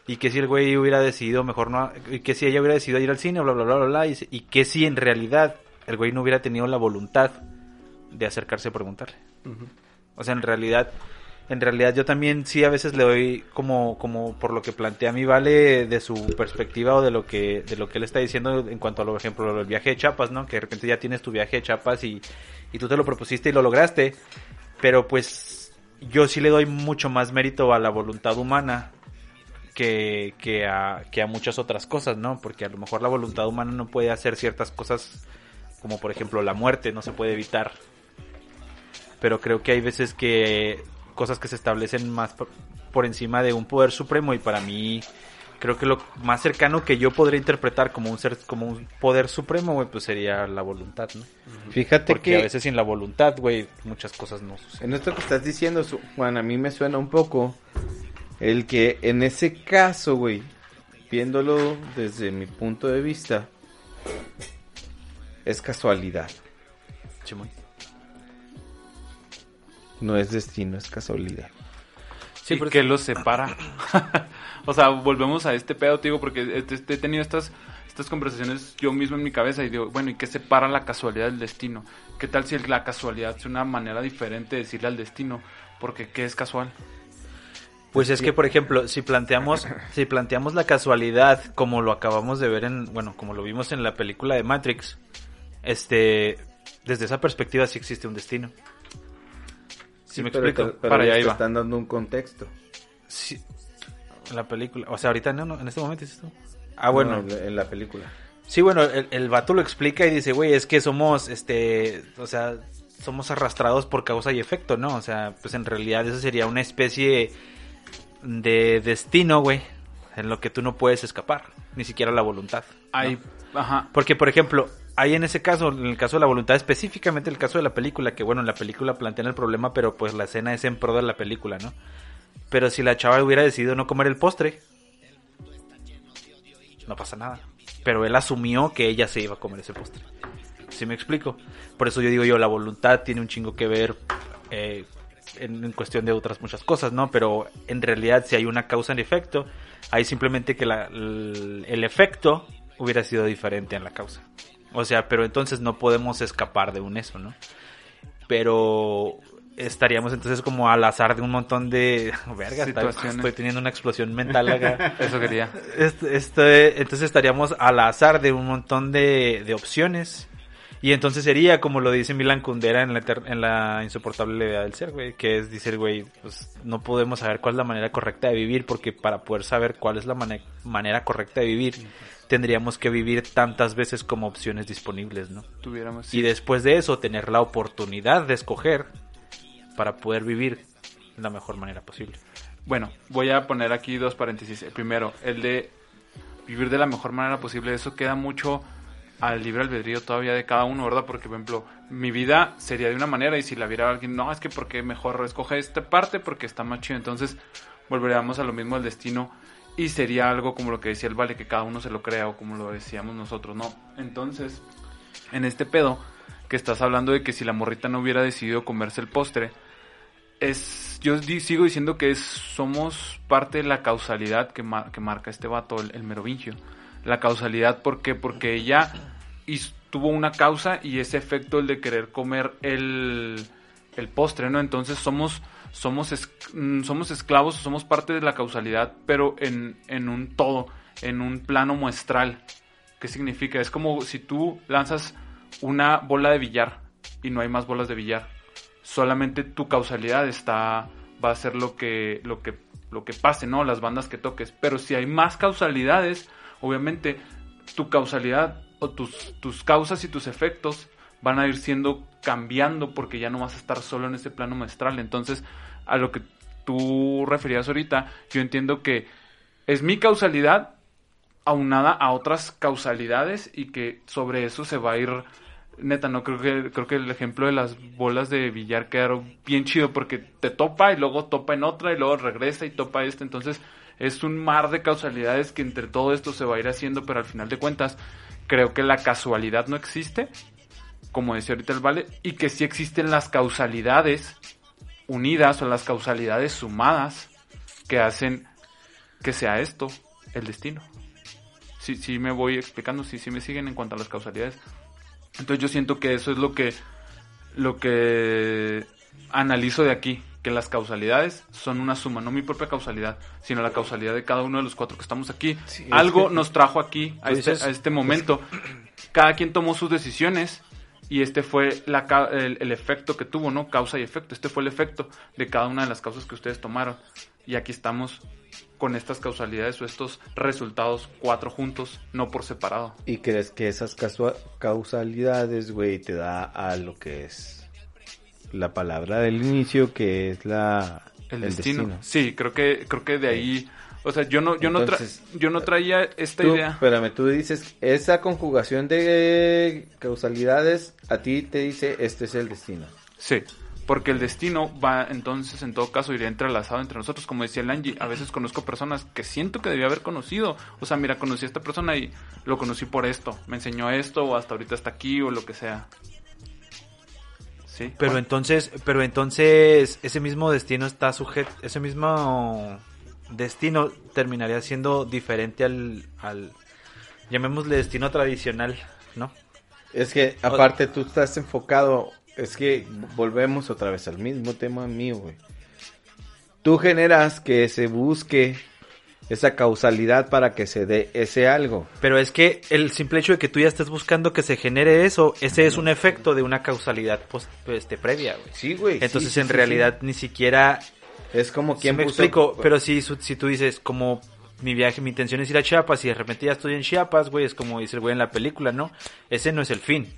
Y que si el güey hubiera decidido mejor no... Y que si ella hubiera decidido ir al cine, bla, bla, bla, bla, bla. Y, y que si en realidad el güey no hubiera tenido la voluntad de acercarse a preguntarle. Uh-huh. O sea, en realidad... En realidad yo también sí a veces le doy como, como por lo que plantea mi Vale de su perspectiva o de lo que de lo que él está diciendo en cuanto a, por ejemplo, el viaje de Chiapas, ¿no? Que de repente ya tienes tu viaje de Chiapas y, y tú te lo propusiste y lo lograste. Pero pues yo sí le doy mucho más mérito a la voluntad humana que, que, a, que a muchas otras cosas, ¿no? Porque a lo mejor la voluntad humana no puede hacer ciertas cosas como por ejemplo la muerte, no se puede evitar. Pero creo que hay veces que... cosas que se establecen más por, por encima de un poder supremo y para mí creo que lo más cercano que yo podría interpretar como un ser como un poder supremo, güey, pues sería la voluntad, ¿no? Fíjate porque que a veces sin la voluntad, güey, muchas cosas no suceden. En esto que estás diciendo, Juan, a mí me suena un poco el que en ese caso, güey, viéndolo desde mi punto de vista, es casualidad. Chimón. No es destino, es casualidad. Sí, ¿y qué los separa? O sea, volvemos a este pedo, te digo, porque he, he tenido estas, estas conversaciones yo mismo en mi cabeza y digo, bueno, ¿y qué separa la casualidad del destino? ¿Qué tal si la casualidad es una manera diferente de decirle al destino? Porque ¿qué es casual? Pues es que, por ejemplo, si planteamos si planteamos la casualidad como lo acabamos de ver en, bueno, como lo vimos en la película de Matrix, este, desde esa perspectiva sí existe un destino. Sí, me pero explico. Te, pero para allá te iba. Están dando un contexto. Sí. En la película. O sea, ahorita no, no en este momento es esto. Ah, bueno. No, en la película. Sí, bueno, el, el vato lo explica y dice, güey, es que somos, este, o sea, somos arrastrados por causa y efecto, ¿no? O sea, pues en realidad eso sería una especie de destino, güey, en lo que tú no puedes escapar, ni siquiera la voluntad, ¿no? Ay, ajá. Porque, por ejemplo, hay en ese caso, en el caso de la voluntad, específicamente el caso de la película, que bueno, en la película plantean el problema, pero pues la escena es en pro de la película, ¿no? Pero si la chava hubiera decidido no comer el postre, no pasa nada. Pero él asumió que ella se iba a comer ese postre. ¿Sí me explico? Por eso yo digo yo, la voluntad tiene un chingo que ver eh, en, en cuestión de otras muchas cosas, ¿no? Pero en realidad si hay una causa en efecto, hay simplemente que la, el, el efecto hubiera sido diferente en la causa. O sea, pero entonces no podemos escapar de un eso, ¿no? Pero estaríamos entonces como al azar de un montón de... Verga, estoy teniendo una explosión mental acá. Eso quería. Este, este, entonces estaríamos al azar de un montón de, de opciones. Y entonces sería como lo dice Milan Kundera en la, en la insoportable levedad del ser, güey. Que es, dice el güey, pues no podemos saber cuál es la manera correcta de vivir, porque para poder saber cuál es la man- manera correcta de vivir, tendríamos que vivir tantas veces como opciones disponibles, ¿no? Tuviéramos, sí. Y después de eso, tener la oportunidad de escoger para poder vivir de la mejor manera posible. Bueno, voy a poner aquí dos paréntesis. El primero, el de vivir de la mejor manera posible. Eso queda mucho al libre albedrío todavía de cada uno, ¿verdad? Porque, por ejemplo, mi vida sería de una manera y si la viera alguien, no, es que porque mejor escoge esta parte porque está más chido. Entonces, volveríamos a lo mismo del destino y sería algo como lo que decía el Vale, que cada uno se lo crea o como lo decíamos nosotros, ¿no? Entonces, en este pedo que estás hablando de que si la morrita no hubiera decidido comerse el postre, es, yo di, sigo diciendo que es, somos parte de la causalidad que, mar, que marca este vato, el, el merovingio. La causalidad, ¿por qué? Porque ella hizo, tuvo una causa y ese efecto, el de querer comer el, el postre, ¿no? Entonces somos, somos, es, somos esclavos, somos parte de la causalidad, pero en, en un todo, en un plano muestral. ¿Qué significa? Es como si tú lanzas una bola de billar y no hay más bolas de billar. Solamente tu causalidad está, va a ser lo que, lo que, lo que pase, ¿no? Las bandas que toques. Pero si hay más causalidades, obviamente tu causalidad o tus, tus causas y tus efectos van a ir siendo cambiando porque ya no vas a estar solo en ese plano muestral. Entonces, a lo que tú referías ahorita, yo entiendo que es mi causalidad aunada a otras causalidades y que sobre eso se va a ir... Neta, no creo que creo que el ejemplo de las bolas de billar quedaron bien chido porque te topa y luego topa en otra y luego regresa y topa esta. Entonces es un mar de causalidades que entre todo esto se va a ir haciendo, pero al final de cuentas creo que la casualidad no existe, como decía ahorita el Vale, y que sí existen las causalidades unidas o las causalidades sumadas que hacen que sea esto el destino. Sí, sí me voy explicando, sí, sí me siguen en cuanto a las causalidades. Entonces yo siento que eso es lo que, lo que analizo de aquí, que las causalidades son una suma, no mi propia causalidad, sino la causalidad de cada uno de los cuatro que estamos aquí. Sí, algo que nos trajo aquí a este, a este momento. Cada quien tomó sus decisiones y este fue la, el, el efecto que tuvo, ¿no? Causa y efecto. Este fue el efecto de cada una de las causas que ustedes tomaron. Y aquí estamos con estas causalidades o estos resultados cuatro juntos, no por separado. ¿Y crees que esas casua- causalidades, güey, te da a lo que es la palabra del inicio, que es la el, el destino. destino? Sí, creo que creo que de ahí, o sea, yo no yo Entonces, no tra- yo no traía esta tú, idea. Espérame, tú dices esa conjugación de causalidades a ti te dice este es el destino. Sí. Porque el destino va, entonces, en todo caso, iría entrelazado entre nosotros. Como decía el Angie, a veces conozco personas que siento que debía haber conocido. O sea, mira, conocí a esta persona y lo conocí por esto. Me enseñó esto, o hasta ahorita está aquí, o lo que sea. Sí. Pero bueno. entonces, pero entonces, ese mismo destino está sujeto, ese mismo destino terminaría siendo diferente al, al, llamémosle destino tradicional, ¿no? Es que, aparte, tú estás enfocado... Es que volvemos otra vez al mismo tema mío, güey. Tú generas que se busque esa causalidad para que se dé ese algo. Pero es que el simple hecho de que tú ya estés buscando que se genere eso, ese es un efecto de una causalidad post, este, previa, güey. Sí, güey. Entonces, sí, en sí, realidad, sí. ni siquiera... Es como quien sí me puso... explico, pero si, si tú dices, como... Mi viaje, mi intención es ir a Chiapas y de repente ya estoy en Chiapas, güey, es como dice el güey en la película, ¿no? Ese no es el fin.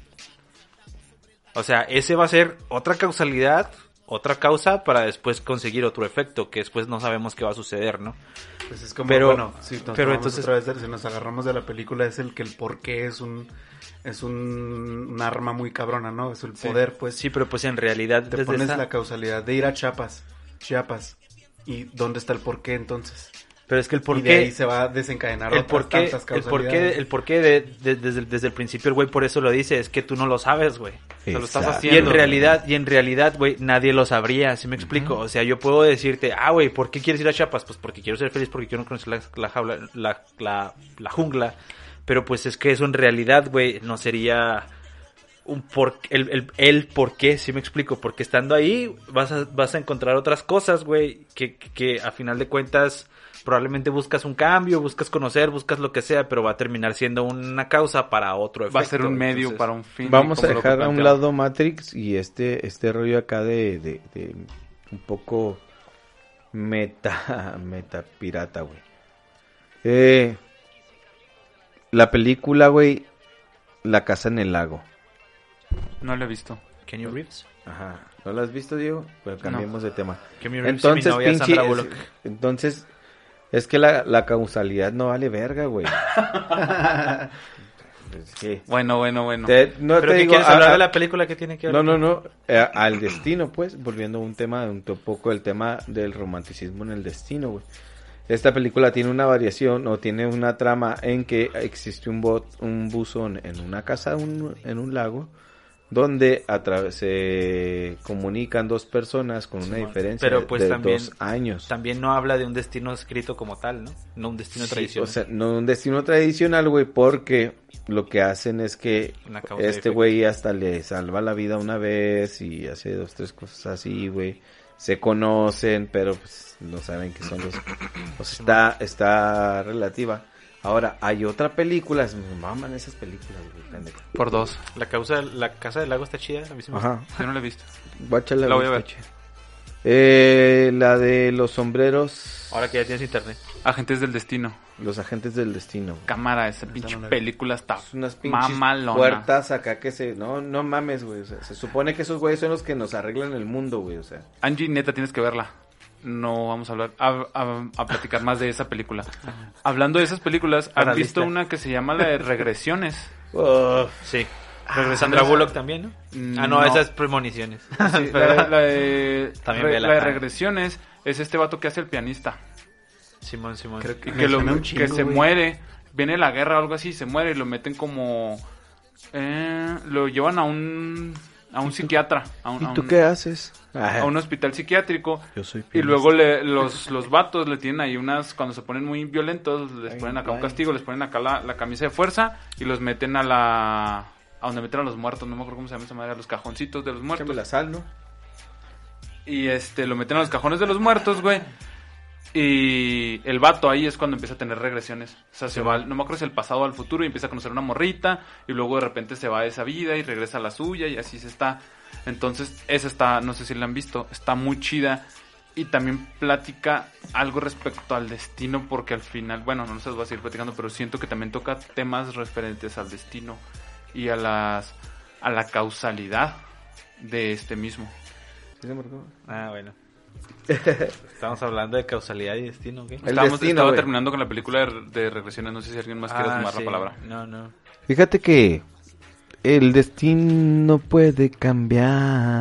O sea, ese va a ser otra causalidad, otra causa para después conseguir otro efecto que después no sabemos qué va a suceder, ¿no? Pues es como, pero, bueno, si nos, pero entonces, otra vez, si nos agarramos de la película, es el que el porqué es un es un, un arma muy cabrona, ¿no? Es el poder, pues. Sí, pero pues en realidad... Te pones esa... la causalidad de ir a Chiapas, Chiapas, y ¿dónde está el porqué entonces? Pero es que el porqué... Y de ahí se va a desencadenar el otras porqué, tantas el porqué, causalidades. el porqué de, de, desde, el, desde el principio el güey por eso lo dice, es que tú no lo sabes, güey. Te lo estás Y haciendo. en realidad, y en realidad, güey, nadie lo sabría, ¿sí me explico? Uh-huh. O sea, yo puedo decirte, ah, güey, ¿por qué quieres ir a Chiapas? Pues porque quiero ser feliz, porque quiero conocer la, la, jaula, la, la, la jungla. Pero pues es que eso en realidad, güey, no sería... un por, el, el, el por qué, sí me explico, porque estando ahí vas a, vas a encontrar otras cosas, güey, que, que, que a final de cuentas probablemente buscas un cambio, buscas conocer, buscas lo que sea, pero va a terminar siendo una causa para otro efecto. Va a ser un medio Entonces, para un fin. Vamos a dejar a un lado Matrix y este, este rollo acá de, de, de un poco meta, meta pirata, güey. Eh, la película, güey, La casa en el lago. No lo he visto. Kenny Reeves. Ajá. ¿No lo has visto, Diego? Pero cambiemos no. de tema. Kenny Reeves entonces, y mi novia, pinche, Sandra Bullock. Es, entonces, es que la, la causalidad no vale verga, güey. Sí. Bueno, bueno, bueno. Te, no ¿Pero te qué digo, quieres a, hablar a, de la película que tiene que ver? No, no, no. Eh, al destino, pues, volviendo a un tema, un poco el tema del romanticismo en el destino, güey. Esta película tiene una variación o tiene una trama en que existe un, bot, un buzón en una casa, un, en un lago, donde a través se comunican dos personas con una sí, diferencia pero pues de también, dos años. También no habla de un destino escrito como tal, ¿no? No un destino sí, tradicional. O sea, no un destino tradicional, güey, porque lo que hacen es que este güey hasta le salva la vida una vez y hace dos, tres cosas así, güey. Se conocen, pero pues no saben que son los... O sea, está, está relativa. Ahora, hay otra película, me maman esas películas, güey. Por dos. La causa, la casa del lago está chida, la misma. Ajá. Yo no la he visto. Guáchala, la voy a ver. Eh, la de los sombreros. Ahora que ya tienes internet. Agentes del destino. Los agentes del destino. Güey. Cámara, esa pinche no película está unas pinches mamalona. Puertas acá que se... No, no mames, güey. O sea, se supone que esos güeyes son los que nos arreglan el mundo, güey. O sea. Angie, neta, tienes que verla. No vamos a hablar, a, a, a platicar más de esa película. Hablando de esas películas, ¿has visto una que se llama la de Regresiones? Uh, sí. Ah, Sandra Bullock también, ¿no? Mm, ah, no, no. esas premoniciones. Sí, la, de, la, de, también re, la de Regresiones es este vato que hace el pianista. Simón, Simón. Creo que, que, lo, chingo, que se wey. muere, viene la guerra o algo así, se muere y lo meten como... Eh, lo llevan a un... a un psiquiatra. A un, ¿Y a tú un- qué haces? a un hospital psiquiátrico. Yo soy Y pianista. luego le, los, los vatos le tienen ahí unas, cuando se ponen muy violentos, les Ay, ponen acá un ay. castigo, les ponen acá la, la camisa de fuerza y los meten a la... a donde meten a los muertos, no me acuerdo cómo se llama esa madre, a los cajoncitos de los muertos. Échame la sal, ¿no? Y este, lo meten a los cajones de los muertos, güey. Y el vato ahí es cuando empieza a tener regresiones. O sea, se va, no me acuerdo si el pasado o al futuro y empieza a conocer una morrita. Y luego de repente se va de esa vida y regresa a la suya y así se está. Entonces, esa está, no sé si la han visto, está muy chida. Y también platica algo respecto al destino porque al final, bueno, no se los voy a seguir platicando, pero siento que también toca temas referentes al destino y a las a la causalidad de este mismo. ¿Sí se marcó? Ah, bueno. Estamos hablando de causalidad y destino, ¿qué? El Estábamos, destino, estaba güey. terminando con la película de, de regresiones, no sé si alguien más quiere tomar sí. la palabra. No, no. Fíjate que el destino puede cambiar.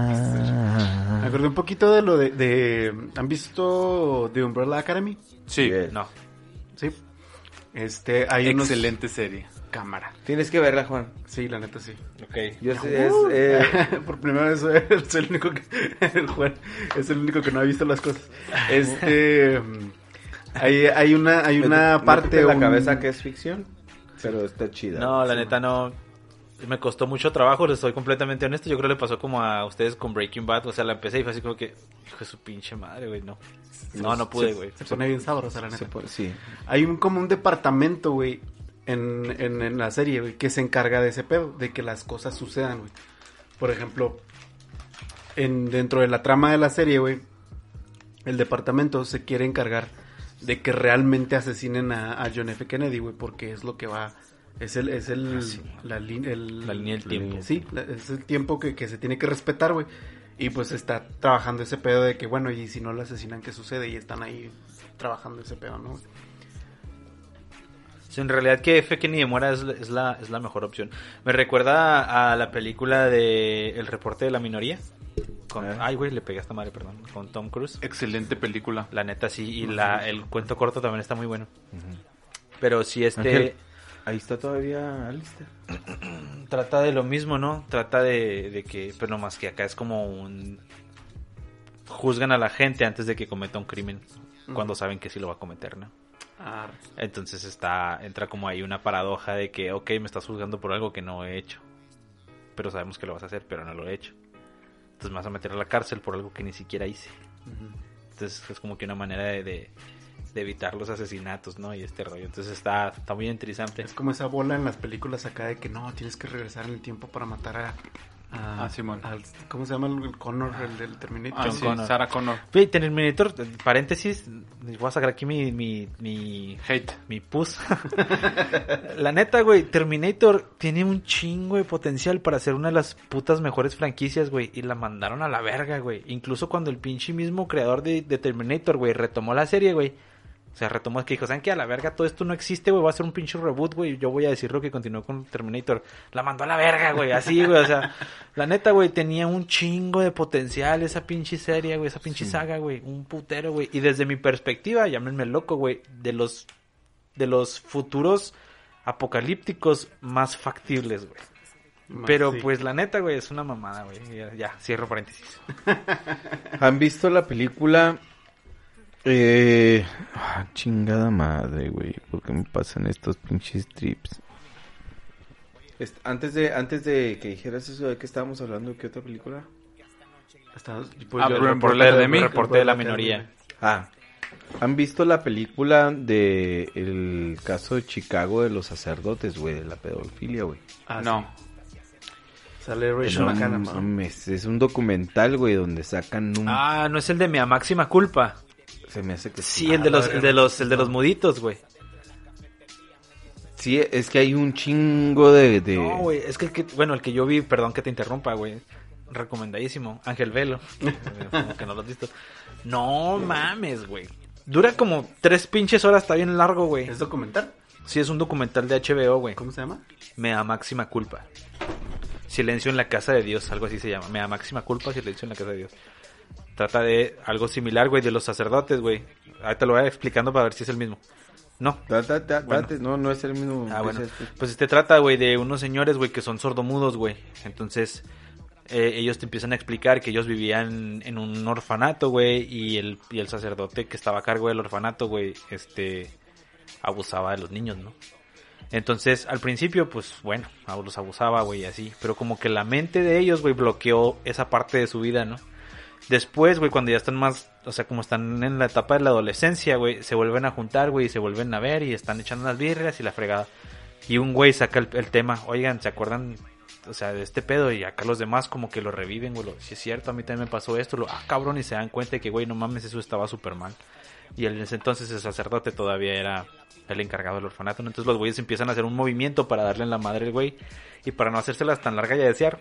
Me acordé un poquito de lo de, de... ¿Han visto The Umbrella Academy? Sí, Yes. No. Sí. Este, hay unos... excelente serie. Cámara. Tienes que verla, Juan. Sí, la neta sí. Ok. Yo sé, es, eh, Por primera vez soy soy el único que... El Juan es el único que no ha visto las cosas. Este... Hay, hay una, hay una métete parte... en la un- cabeza que es ficción, pero está chida. No, la neta no. Me costó mucho trabajo, les soy completamente honesto. Yo creo que le pasó como a ustedes con Breaking Bad. O sea, la empecé y fue así como que, hijo de su pinche madre, güey, no. No, no pude, güey. Se pone bien sabrosa, la Se neta. puede- sí. Hay un como un departamento, güey, en, en, en la serie, güey, que se encarga de ese pedo, de que las cosas sucedan, güey. Por ejemplo, en, dentro de la trama de la serie, güey, el departamento se quiere encargar de que realmente asesinen a, a John F. Kennedy, güey, porque es lo que va... Es el, es el, la, li- el- La línea del tiempo. Sí, la- es el tiempo que, que se tiene que respetar, güey. Y pues está trabajando ese pedo de que, bueno, y si no lo asesinan, ¿qué sucede? Y están ahí trabajando ese pedo, ¿no? Sí, en realidad que F. Kennedy muera es, la- es, la, es la mejor opción. Me recuerda a la película de El reporte de la minoría. Con, Ah. Ay, güey, le pegué a esta madre, perdón. Con Tom Cruise. Excelente película. La neta sí, y la, el cuento corto también está muy bueno. Pero sí, este... Ángel, ahí está todavía Alistair. Trata de lo mismo, ¿no? Trata de, de que, pero no más que acá es como un... Juzgan a la gente antes de que cometa un crimen, cuando saben que sí lo va a cometer, ¿no? Ah, Entonces está, entra como ahí una paradoja de que, ok, me estás juzgando por algo que no he hecho, pero sabemos que lo vas a hacer, pero no lo he hecho. Entonces me vas a meter a la cárcel por algo que ni siquiera hice. Entonces es como que una manera de, de, de evitar los asesinatos, ¿no? Y este rollo. Entonces está, está muy interesante. es como esa bola en las películas acá de que no, tienes que regresar en el tiempo para matar a... a Ah, Simón. al- ¿Cómo se llama el Connor, el del Terminator? Ah, John sí, Connor. Sarah Connor. Oye, Terminator, paréntesis, voy a sacar aquí mi, mi, mi, Hate. mi pus. La neta, güey, Terminator tiene un chingo de potencial para ser una de las putas mejores franquicias, güey. Y la mandaron a la verga, güey. Incluso cuando el pinche mismo creador de, de Terminator, güey, retomó la serie, güey. O sea, retomó, es que dijo, ¿saben qué? A la verga todo esto no existe, güey. Va a ser un pinche reboot, güey. Yo voy a decirlo que continuó con Terminator. La mandó a la verga, güey. Así, güey. O sea, la neta, güey, tenía un chingo de potencial esa pinche serie, güey. Esa pinche saga, güey. Un putero, güey. Y desde mi perspectiva, llámenme loco, güey. De los, de los futuros apocalípticos más factibles, güey. Más, Pero sí. pues la neta, güey, es una mamada, güey. Ya, ya, cierro paréntesis. ¿Han visto la película? Eh, ah, chingada madre, güey. ¿Por qué me pasan estos pinches trips? Est- antes de antes de que dijeras eso, ¿de qué estábamos hablando? ¿Qué otra película? Está- Ah, yo- pero el por leer de mí. el Reporte de la de minoría. Ah, ¿han visto la película de el caso de Chicago de los sacerdotes, güey? De la pedofilia, güey. Ah, No. sí. Sale Rachel No McAdams. mames, es un documental, güey, donde sacan un... Ah, no es el de mi máxima culpa. Se me hace que Sí, el de los, el de los, el de los muditos, güey. Sí, es que hay un chingo de... de... No, güey, es que, el que, bueno, el que yo vi, perdón que te interrumpa, güey. Recomendadísimo, Ángel Velo. Como que no lo has visto. No mames, güey. Dura como tres pinches horas, está bien largo, güey. ¿Es documental? Sí, es un documental de H B O, güey. ¿Cómo se llama? Me da máxima culpa. Silencio en la casa de Dios, algo así se llama. Me da máxima culpa, silencio en la casa de Dios. Trata de algo similar, güey, de los sacerdotes, güey. Ahorita lo voy a ir explicando para ver si es el mismo. No. Da- da- da- Bueno. date, no, no es el mismo. Ah, bueno. es este. Pues este trata, güey, de unos señores, güey, que son sordomudos, güey. Entonces, eh, ellos te empiezan a explicar que ellos vivían en un orfanato, güey, y el, y el sacerdote que estaba a cargo del orfanato, güey, este, abusaba de los niños, ¿no? Entonces, al principio, pues, bueno, los abusaba, güey, así, pero como que la mente de ellos, güey, bloqueó esa parte de su vida, ¿no? Después, güey, cuando ya están más, o sea, como están en la etapa de la adolescencia, güey, se vuelven a juntar, güey, y se vuelven a ver y están echando unas birras y la fregada. Y un güey saca el, el tema, oigan, ¿se acuerdan, o sea, de este pedo? Y acá los demás como que lo reviven, güey, lo, si es cierto, a mí también me pasó esto, lo, ah, cabrón, y se dan cuenta de que, güey, no mames, eso estaba súper mal. Y en ese entonces el sacerdote todavía era el encargado del orfanato, ¿no? Entonces los güeyes empiezan a hacer un movimiento para darle en la madre al güey, y para no hacérselas tan larga y a desear,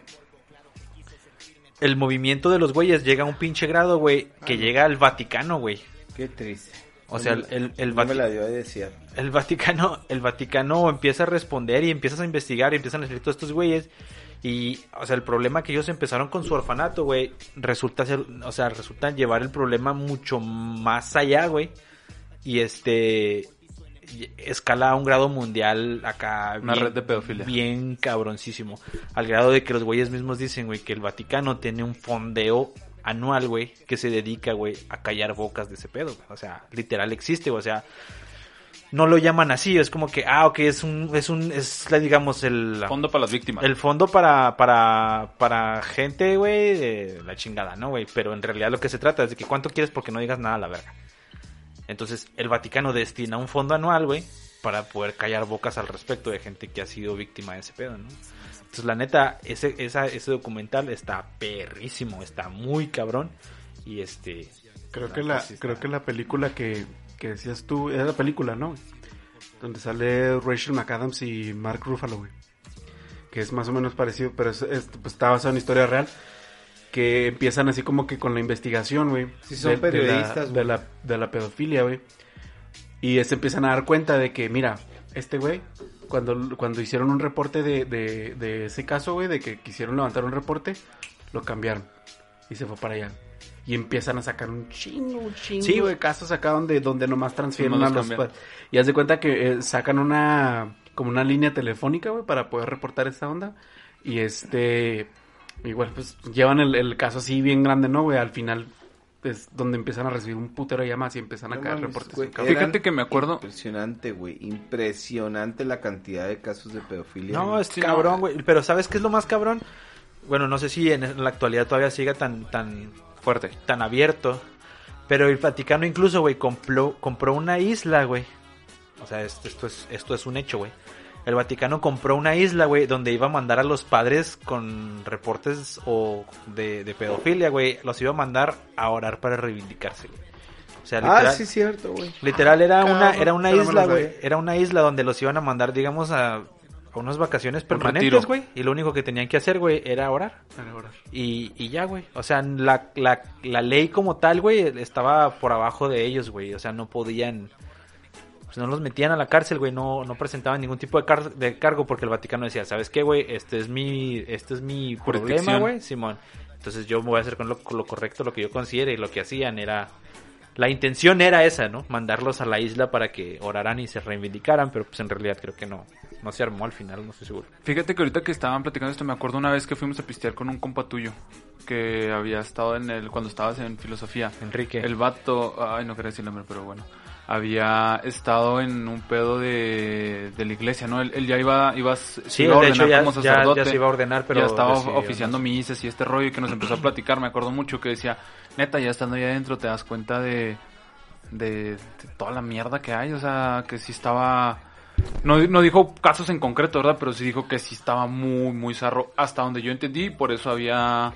el movimiento de los güeyes llega a un pinche grado, güey, que Ay, no. llega al Vaticano, güey. Qué triste. O sea, el, el, el, no me Vati- la dio a desear. el Vaticano, el Vaticano empieza a responder y empiezas a investigar y empiezan a decir todos estos güeyes. Y, o sea, el problema que ellos empezaron con su orfanato, güey, resulta ser, o sea, resulta llevar el problema mucho más allá, güey. Y este, escala a un grado mundial acá. Una bien- red de pedofilia. Bien cabroncísimo. Al grado de que los güeyes mismos dicen, güey, que el Vaticano tiene un fondeo anual, güey, que se dedica, güey, a callar bocas de ese pedo, güey. O sea, literal existe, o sea, no lo llaman así, es como que, ah, ok, es un, es un, es, la, digamos, el... Fondo para las víctimas. El fondo para, para, para gente, güey, de la chingada, ¿no, güey? Pero en realidad lo que se trata es de que cuánto quieres porque no digas nada a la verga. Entonces, el Vaticano destina un fondo anual, güey, para poder callar bocas al respecto de gente que ha sido víctima de ese pedo, ¿no? Entonces, la neta, ese, esa, ese documental está perrísimo, está muy cabrón. Y este... Creo que la, sí está- creo que la película que, que decías tú, era la película, ¿no? Donde sale Rachel McAdams y Mark Ruffalo, güey. Que es más o menos parecido, pero es, es- pues, está basado en historia real. Que empiezan así como que con la investigación, güey. Sí, son de- de la- periodistas, de güey. la, de la pedofilia, güey. Y se empiezan a dar cuenta de que, mira, este güey, cuando, cuando hicieron un reporte de, de, de ese caso, güey, de que quisieron levantar un reporte, lo cambiaron. Y se fue para allá. Y empiezan a sacar un chingo, un chingo Sí, de casos acá donde, donde nomás transfieren Nomás a los los... cambian. pa- Y haz de cuenta que eh, sacan una... como una línea telefónica, güey, para poder reportar esta onda. Y este... igual, pues, llevan el, el caso así bien grande, ¿no, güey? Al final es donde empiezan a recibir un putero de llamadas y empiezan a No caer mames, reportes. güey, en cabrón. Fíjate eran que me acuerdo- Impresionante, güey. Impresionante la cantidad de casos de pedofilia. No, güey. es Sí, cabrón, no. güey. Pero ¿sabes qué es lo más cabrón? Bueno, no sé si en la actualidad todavía siga tan, tan, Fuerte. tan abierto. Pero el Vaticano incluso, güey, compró, compró una isla, güey. O sea, esto, esto es, esto es un hecho, güey. El Vaticano compró una isla, güey, donde iba a mandar a los padres con reportes o de, de pedofilia, güey. Los iba a mandar a orar para reivindicarse, güey. O sea, literal, Ah, sí, cierto, güey. literal era Cabrón, una, era una pero me isla, lo güey. sabía. Era una isla donde los iban a mandar, digamos, a, a unas vacaciones Un permanentes, retiro. güey. Y lo único que tenían que hacer, güey, era orar. Para ahora. Y, y ya, güey. O sea, la, la, la ley como tal, güey, estaba por abajo de ellos, güey. O sea, no podían... Pues no los metían a la cárcel, güey. No, no presentaban ningún tipo de, car- de cargo porque el Vaticano decía, ¿sabes qué, güey? Este es mi, este es mi problema, Jurisdicción. güey, Simón. Entonces yo me voy a hacer con lo, con lo correcto, lo que yo considere. Y lo que hacían era... La intención era esa, ¿no? Mandarlos a la isla para que oraran y se reivindicaran. Pero pues en realidad creo que no. No se armó al final, no estoy seguro. Fíjate que ahorita que estaban platicando esto, me acuerdo una vez que fuimos a pistear con un compa tuyo que había estado en el cuando estabas en filosofía. Enrique. El vato, ay, no quería decir el nombre, pero bueno, había estado en un pedo de, de la iglesia, ¿no? Él, él ya iba, iba, a- se Sí, iba a de ordenar hecho ya, como ya, sacerdote. ya se iba a ordenar, pero... ya estaba decidió, oficiando ¿no? misas y este rollo, y que nos empezó a platicar. Me acuerdo mucho que decía, neta, ya estando ahí adentro te das cuenta de, de, de toda la mierda que hay. O sea, que sí estaba... No, no dijo casos en concreto, ¿verdad? Pero sí dijo que sí estaba muy, muy zarro. Hasta donde yo entendí, por eso había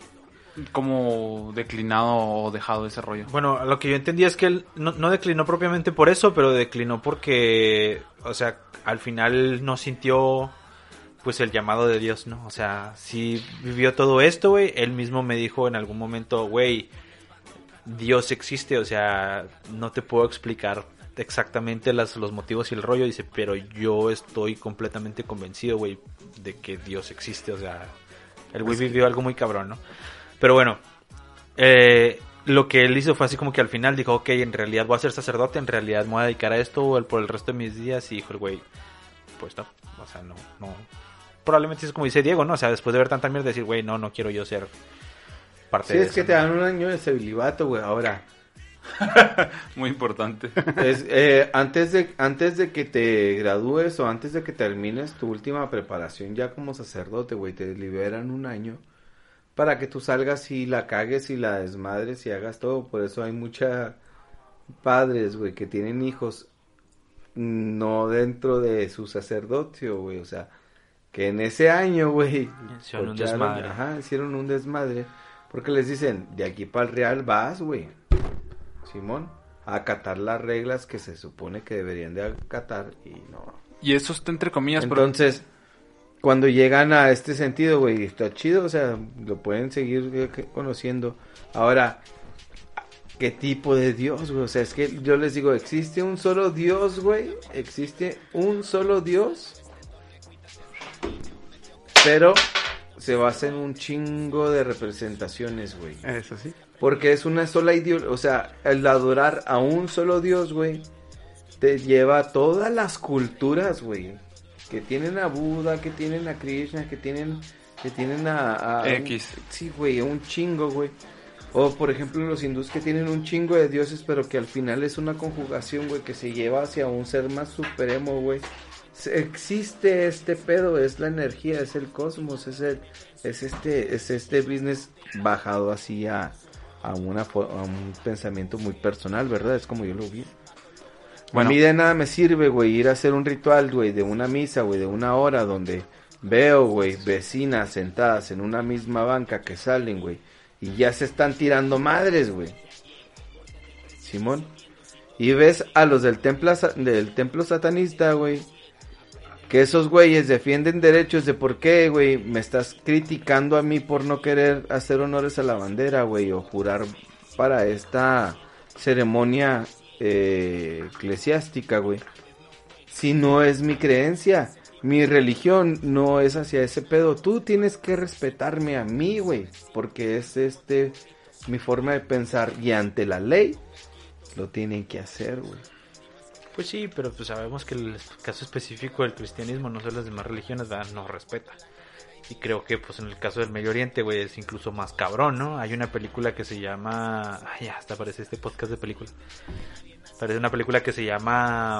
como declinado o dejado ese rollo. Bueno, lo que yo entendí es que él no, no declinó propiamente por eso, pero declinó porque, o sea, al final no sintió, pues, el llamado de Dios, ¿no? O sea, sí vivió todo esto, güey. Él mismo me dijo en algún momento, güey, Dios existe, o sea, no te puedo explicar exactamente las, los motivos y el rollo, dice, pero yo estoy completamente convencido, güey, de que Dios existe, o sea, el güey vivió algo muy cabrón, ¿no? Pero bueno, eh, lo que él hizo fue así como que al final dijo, ok, en realidad voy a ser sacerdote, en realidad me voy a dedicar a esto el- por el resto de mis días, y dijo el güey, pues no, o sea, no, no, probablemente es como dice Diego, ¿no? O sea, después de ver tanta mierda decir, güey, no, no quiero yo ser parte Sí, de es eso, que ¿no? te dan un año de celibato, güey. Ahora, Muy importante. es, eh, antes, de, antes de que te gradúes o antes de que termines tu última preparación ya como sacerdote, güey, te liberan un año para que tú salgas y la cagues y la desmadres y hagas todo. Por eso hay muchos padres, güey, que tienen hijos no dentro de su sacerdocio, güey. O sea, que en ese año, güey, Hicieron un cortaron- desmadre. Ajá, hicieron un desmadre. Porque les dicen, de aquí para el Real vas, güey. Simón, a acatar las reglas que se supone que deberían de acatar y no. Y eso está entre comillas, pero Entonces, cuando llegan a este sentido, güey, está chido, o sea, lo pueden seguir eh, que- conociendo. Ahora, ¿qué tipo de Dios, güey? O sea, es que yo les digo, ¿existe un solo Dios, güey? ¿Existe un solo Dios? Pero se basa en un chingo de representaciones, güey. Eso sí. Porque es una sola ideología, o sea, el adorar a un solo Dios, güey, te lleva a todas las culturas, güey, que tienen a Buda, que tienen a Krishna, que tienen, que tienen a... a X. un- sí, güey, un chingo, güey. O, por ejemplo, los hindús que tienen un chingo de dioses, pero que al final es una conjugación, güey, que se lleva hacia un ser más supremo, güey. Se- Existe este pedo, es la energía, es el cosmos, es el, es este, es este business bajado así a, a una fo- a un pensamiento muy personal, ¿verdad? Es como yo lo vi. Bueno. A mí de nada me sirve, güey, ir a hacer un ritual, güey, de una misa, güey, de una hora donde veo, güey, vecinas sentadas en una misma banca que salen, güey, y ya se están tirando madres, güey. Simón. Y ves a los del templo, sa- del templo satanista, güey, que esos güeyes defienden derechos de por qué, güey, me estás criticando a mí por no querer hacer honores a la bandera, güey, o jurar para esta ceremonia eh, eclesiástica, güey. Si no es mi creencia, mi religión no es hacia ese pedo. Tú tienes que respetarme a mí, güey, porque es este mi forma de pensar y ante la ley lo tienen que hacer, güey. Pues sí, pero pues sabemos que el caso específico del cristianismo, no sé las demás religiones, ¿verdad? No respeta. Y creo que pues en el caso del Medio Oriente, güey, es incluso más cabrón, ¿no? Hay una película que se llama... Ay, hasta aparece este podcast de película. Parece una película que se llama...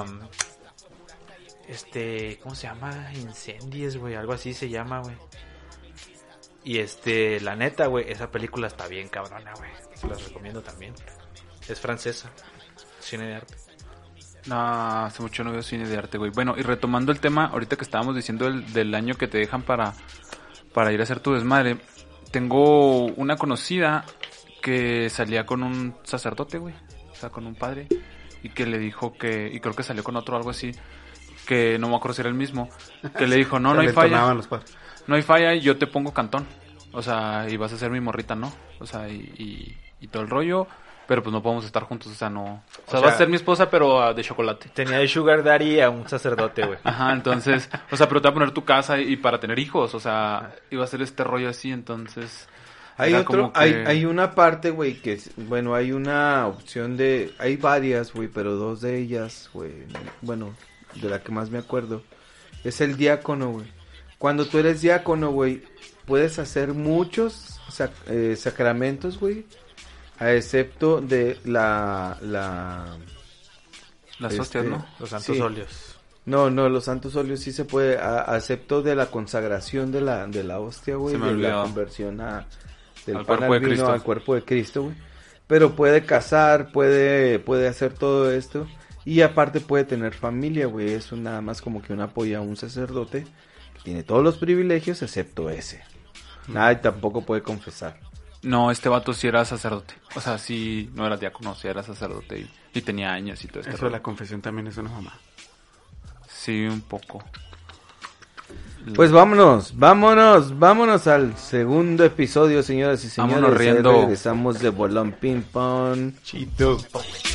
Este... ¿Cómo se llama? Incendies, güey, algo así se llama, güey. Y este... La neta, güey, esa película está bien cabrona, güey. Se las recomiendo también. Es francesa. Cine de arte. no, hace mucho no veo cine de arte, güey. Bueno, y retomando el tema, ahorita que estábamos diciendo del, del año que te dejan para, para ir a hacer tu desmadre, tengo una conocida que salía con un sacerdote, güey, o sea, con un padre, y que le dijo que, y creo que salió con otro algo así, que no me acuerdo si era el mismo, que le dijo, no, no hay Le falla, entonaban los padres. no hay falla, y yo te pongo cantón, o sea, y vas a ser mi morrita, ¿no? O sea, y, y, y todo el rollo, pero pues no podemos estar juntos, o sea, no, o sea, O vas sea, a ser mi esposa, pero ah, de chocolate. Tenía de Sugar Daddy a un sacerdote, güey. Ajá, entonces, o sea, pero te va a poner tu casa y para tener hijos, o sea, iba a ser este rollo así, entonces... Hay era otro, como que- hay, hay una parte, güey, que, es- bueno, hay una opción de, hay varias, güey, pero dos de ellas, güey, bueno, de la que más me acuerdo, es el diácono, güey. Cuando tú eres diácono, güey, puedes hacer muchos sac- eh, sacramentos, güey, a excepto de la, la, Las este, hostias, ¿no? Los santos Sí. óleos. no, no, los santos óleos sí se puede, a, a excepto de la consagración de la, de la hostia, güey, Se me de la olvidó. conversión a, del Al pan cuerpo al de vino, Cristo. al cuerpo de Cristo, güey. Pero puede casar, puede, puede hacer todo esto, y aparte puede tener familia, güey, eso nada más como que un apoyo a un sacerdote, que tiene todos los privilegios excepto ese. Nada, y tampoco puede confesar. No, este vato sí era sacerdote, o sea, sí, no era diácono, sí era sacerdote y, y tenía años y todo este Eso de rollo. la confesión también es una mamá. Sí, un poco. Pues vámonos, vámonos, vámonos al segundo episodio, señoras y señores. Vámonos Ahí riendo. regresamos de bolón ping pong. Chito. Pues,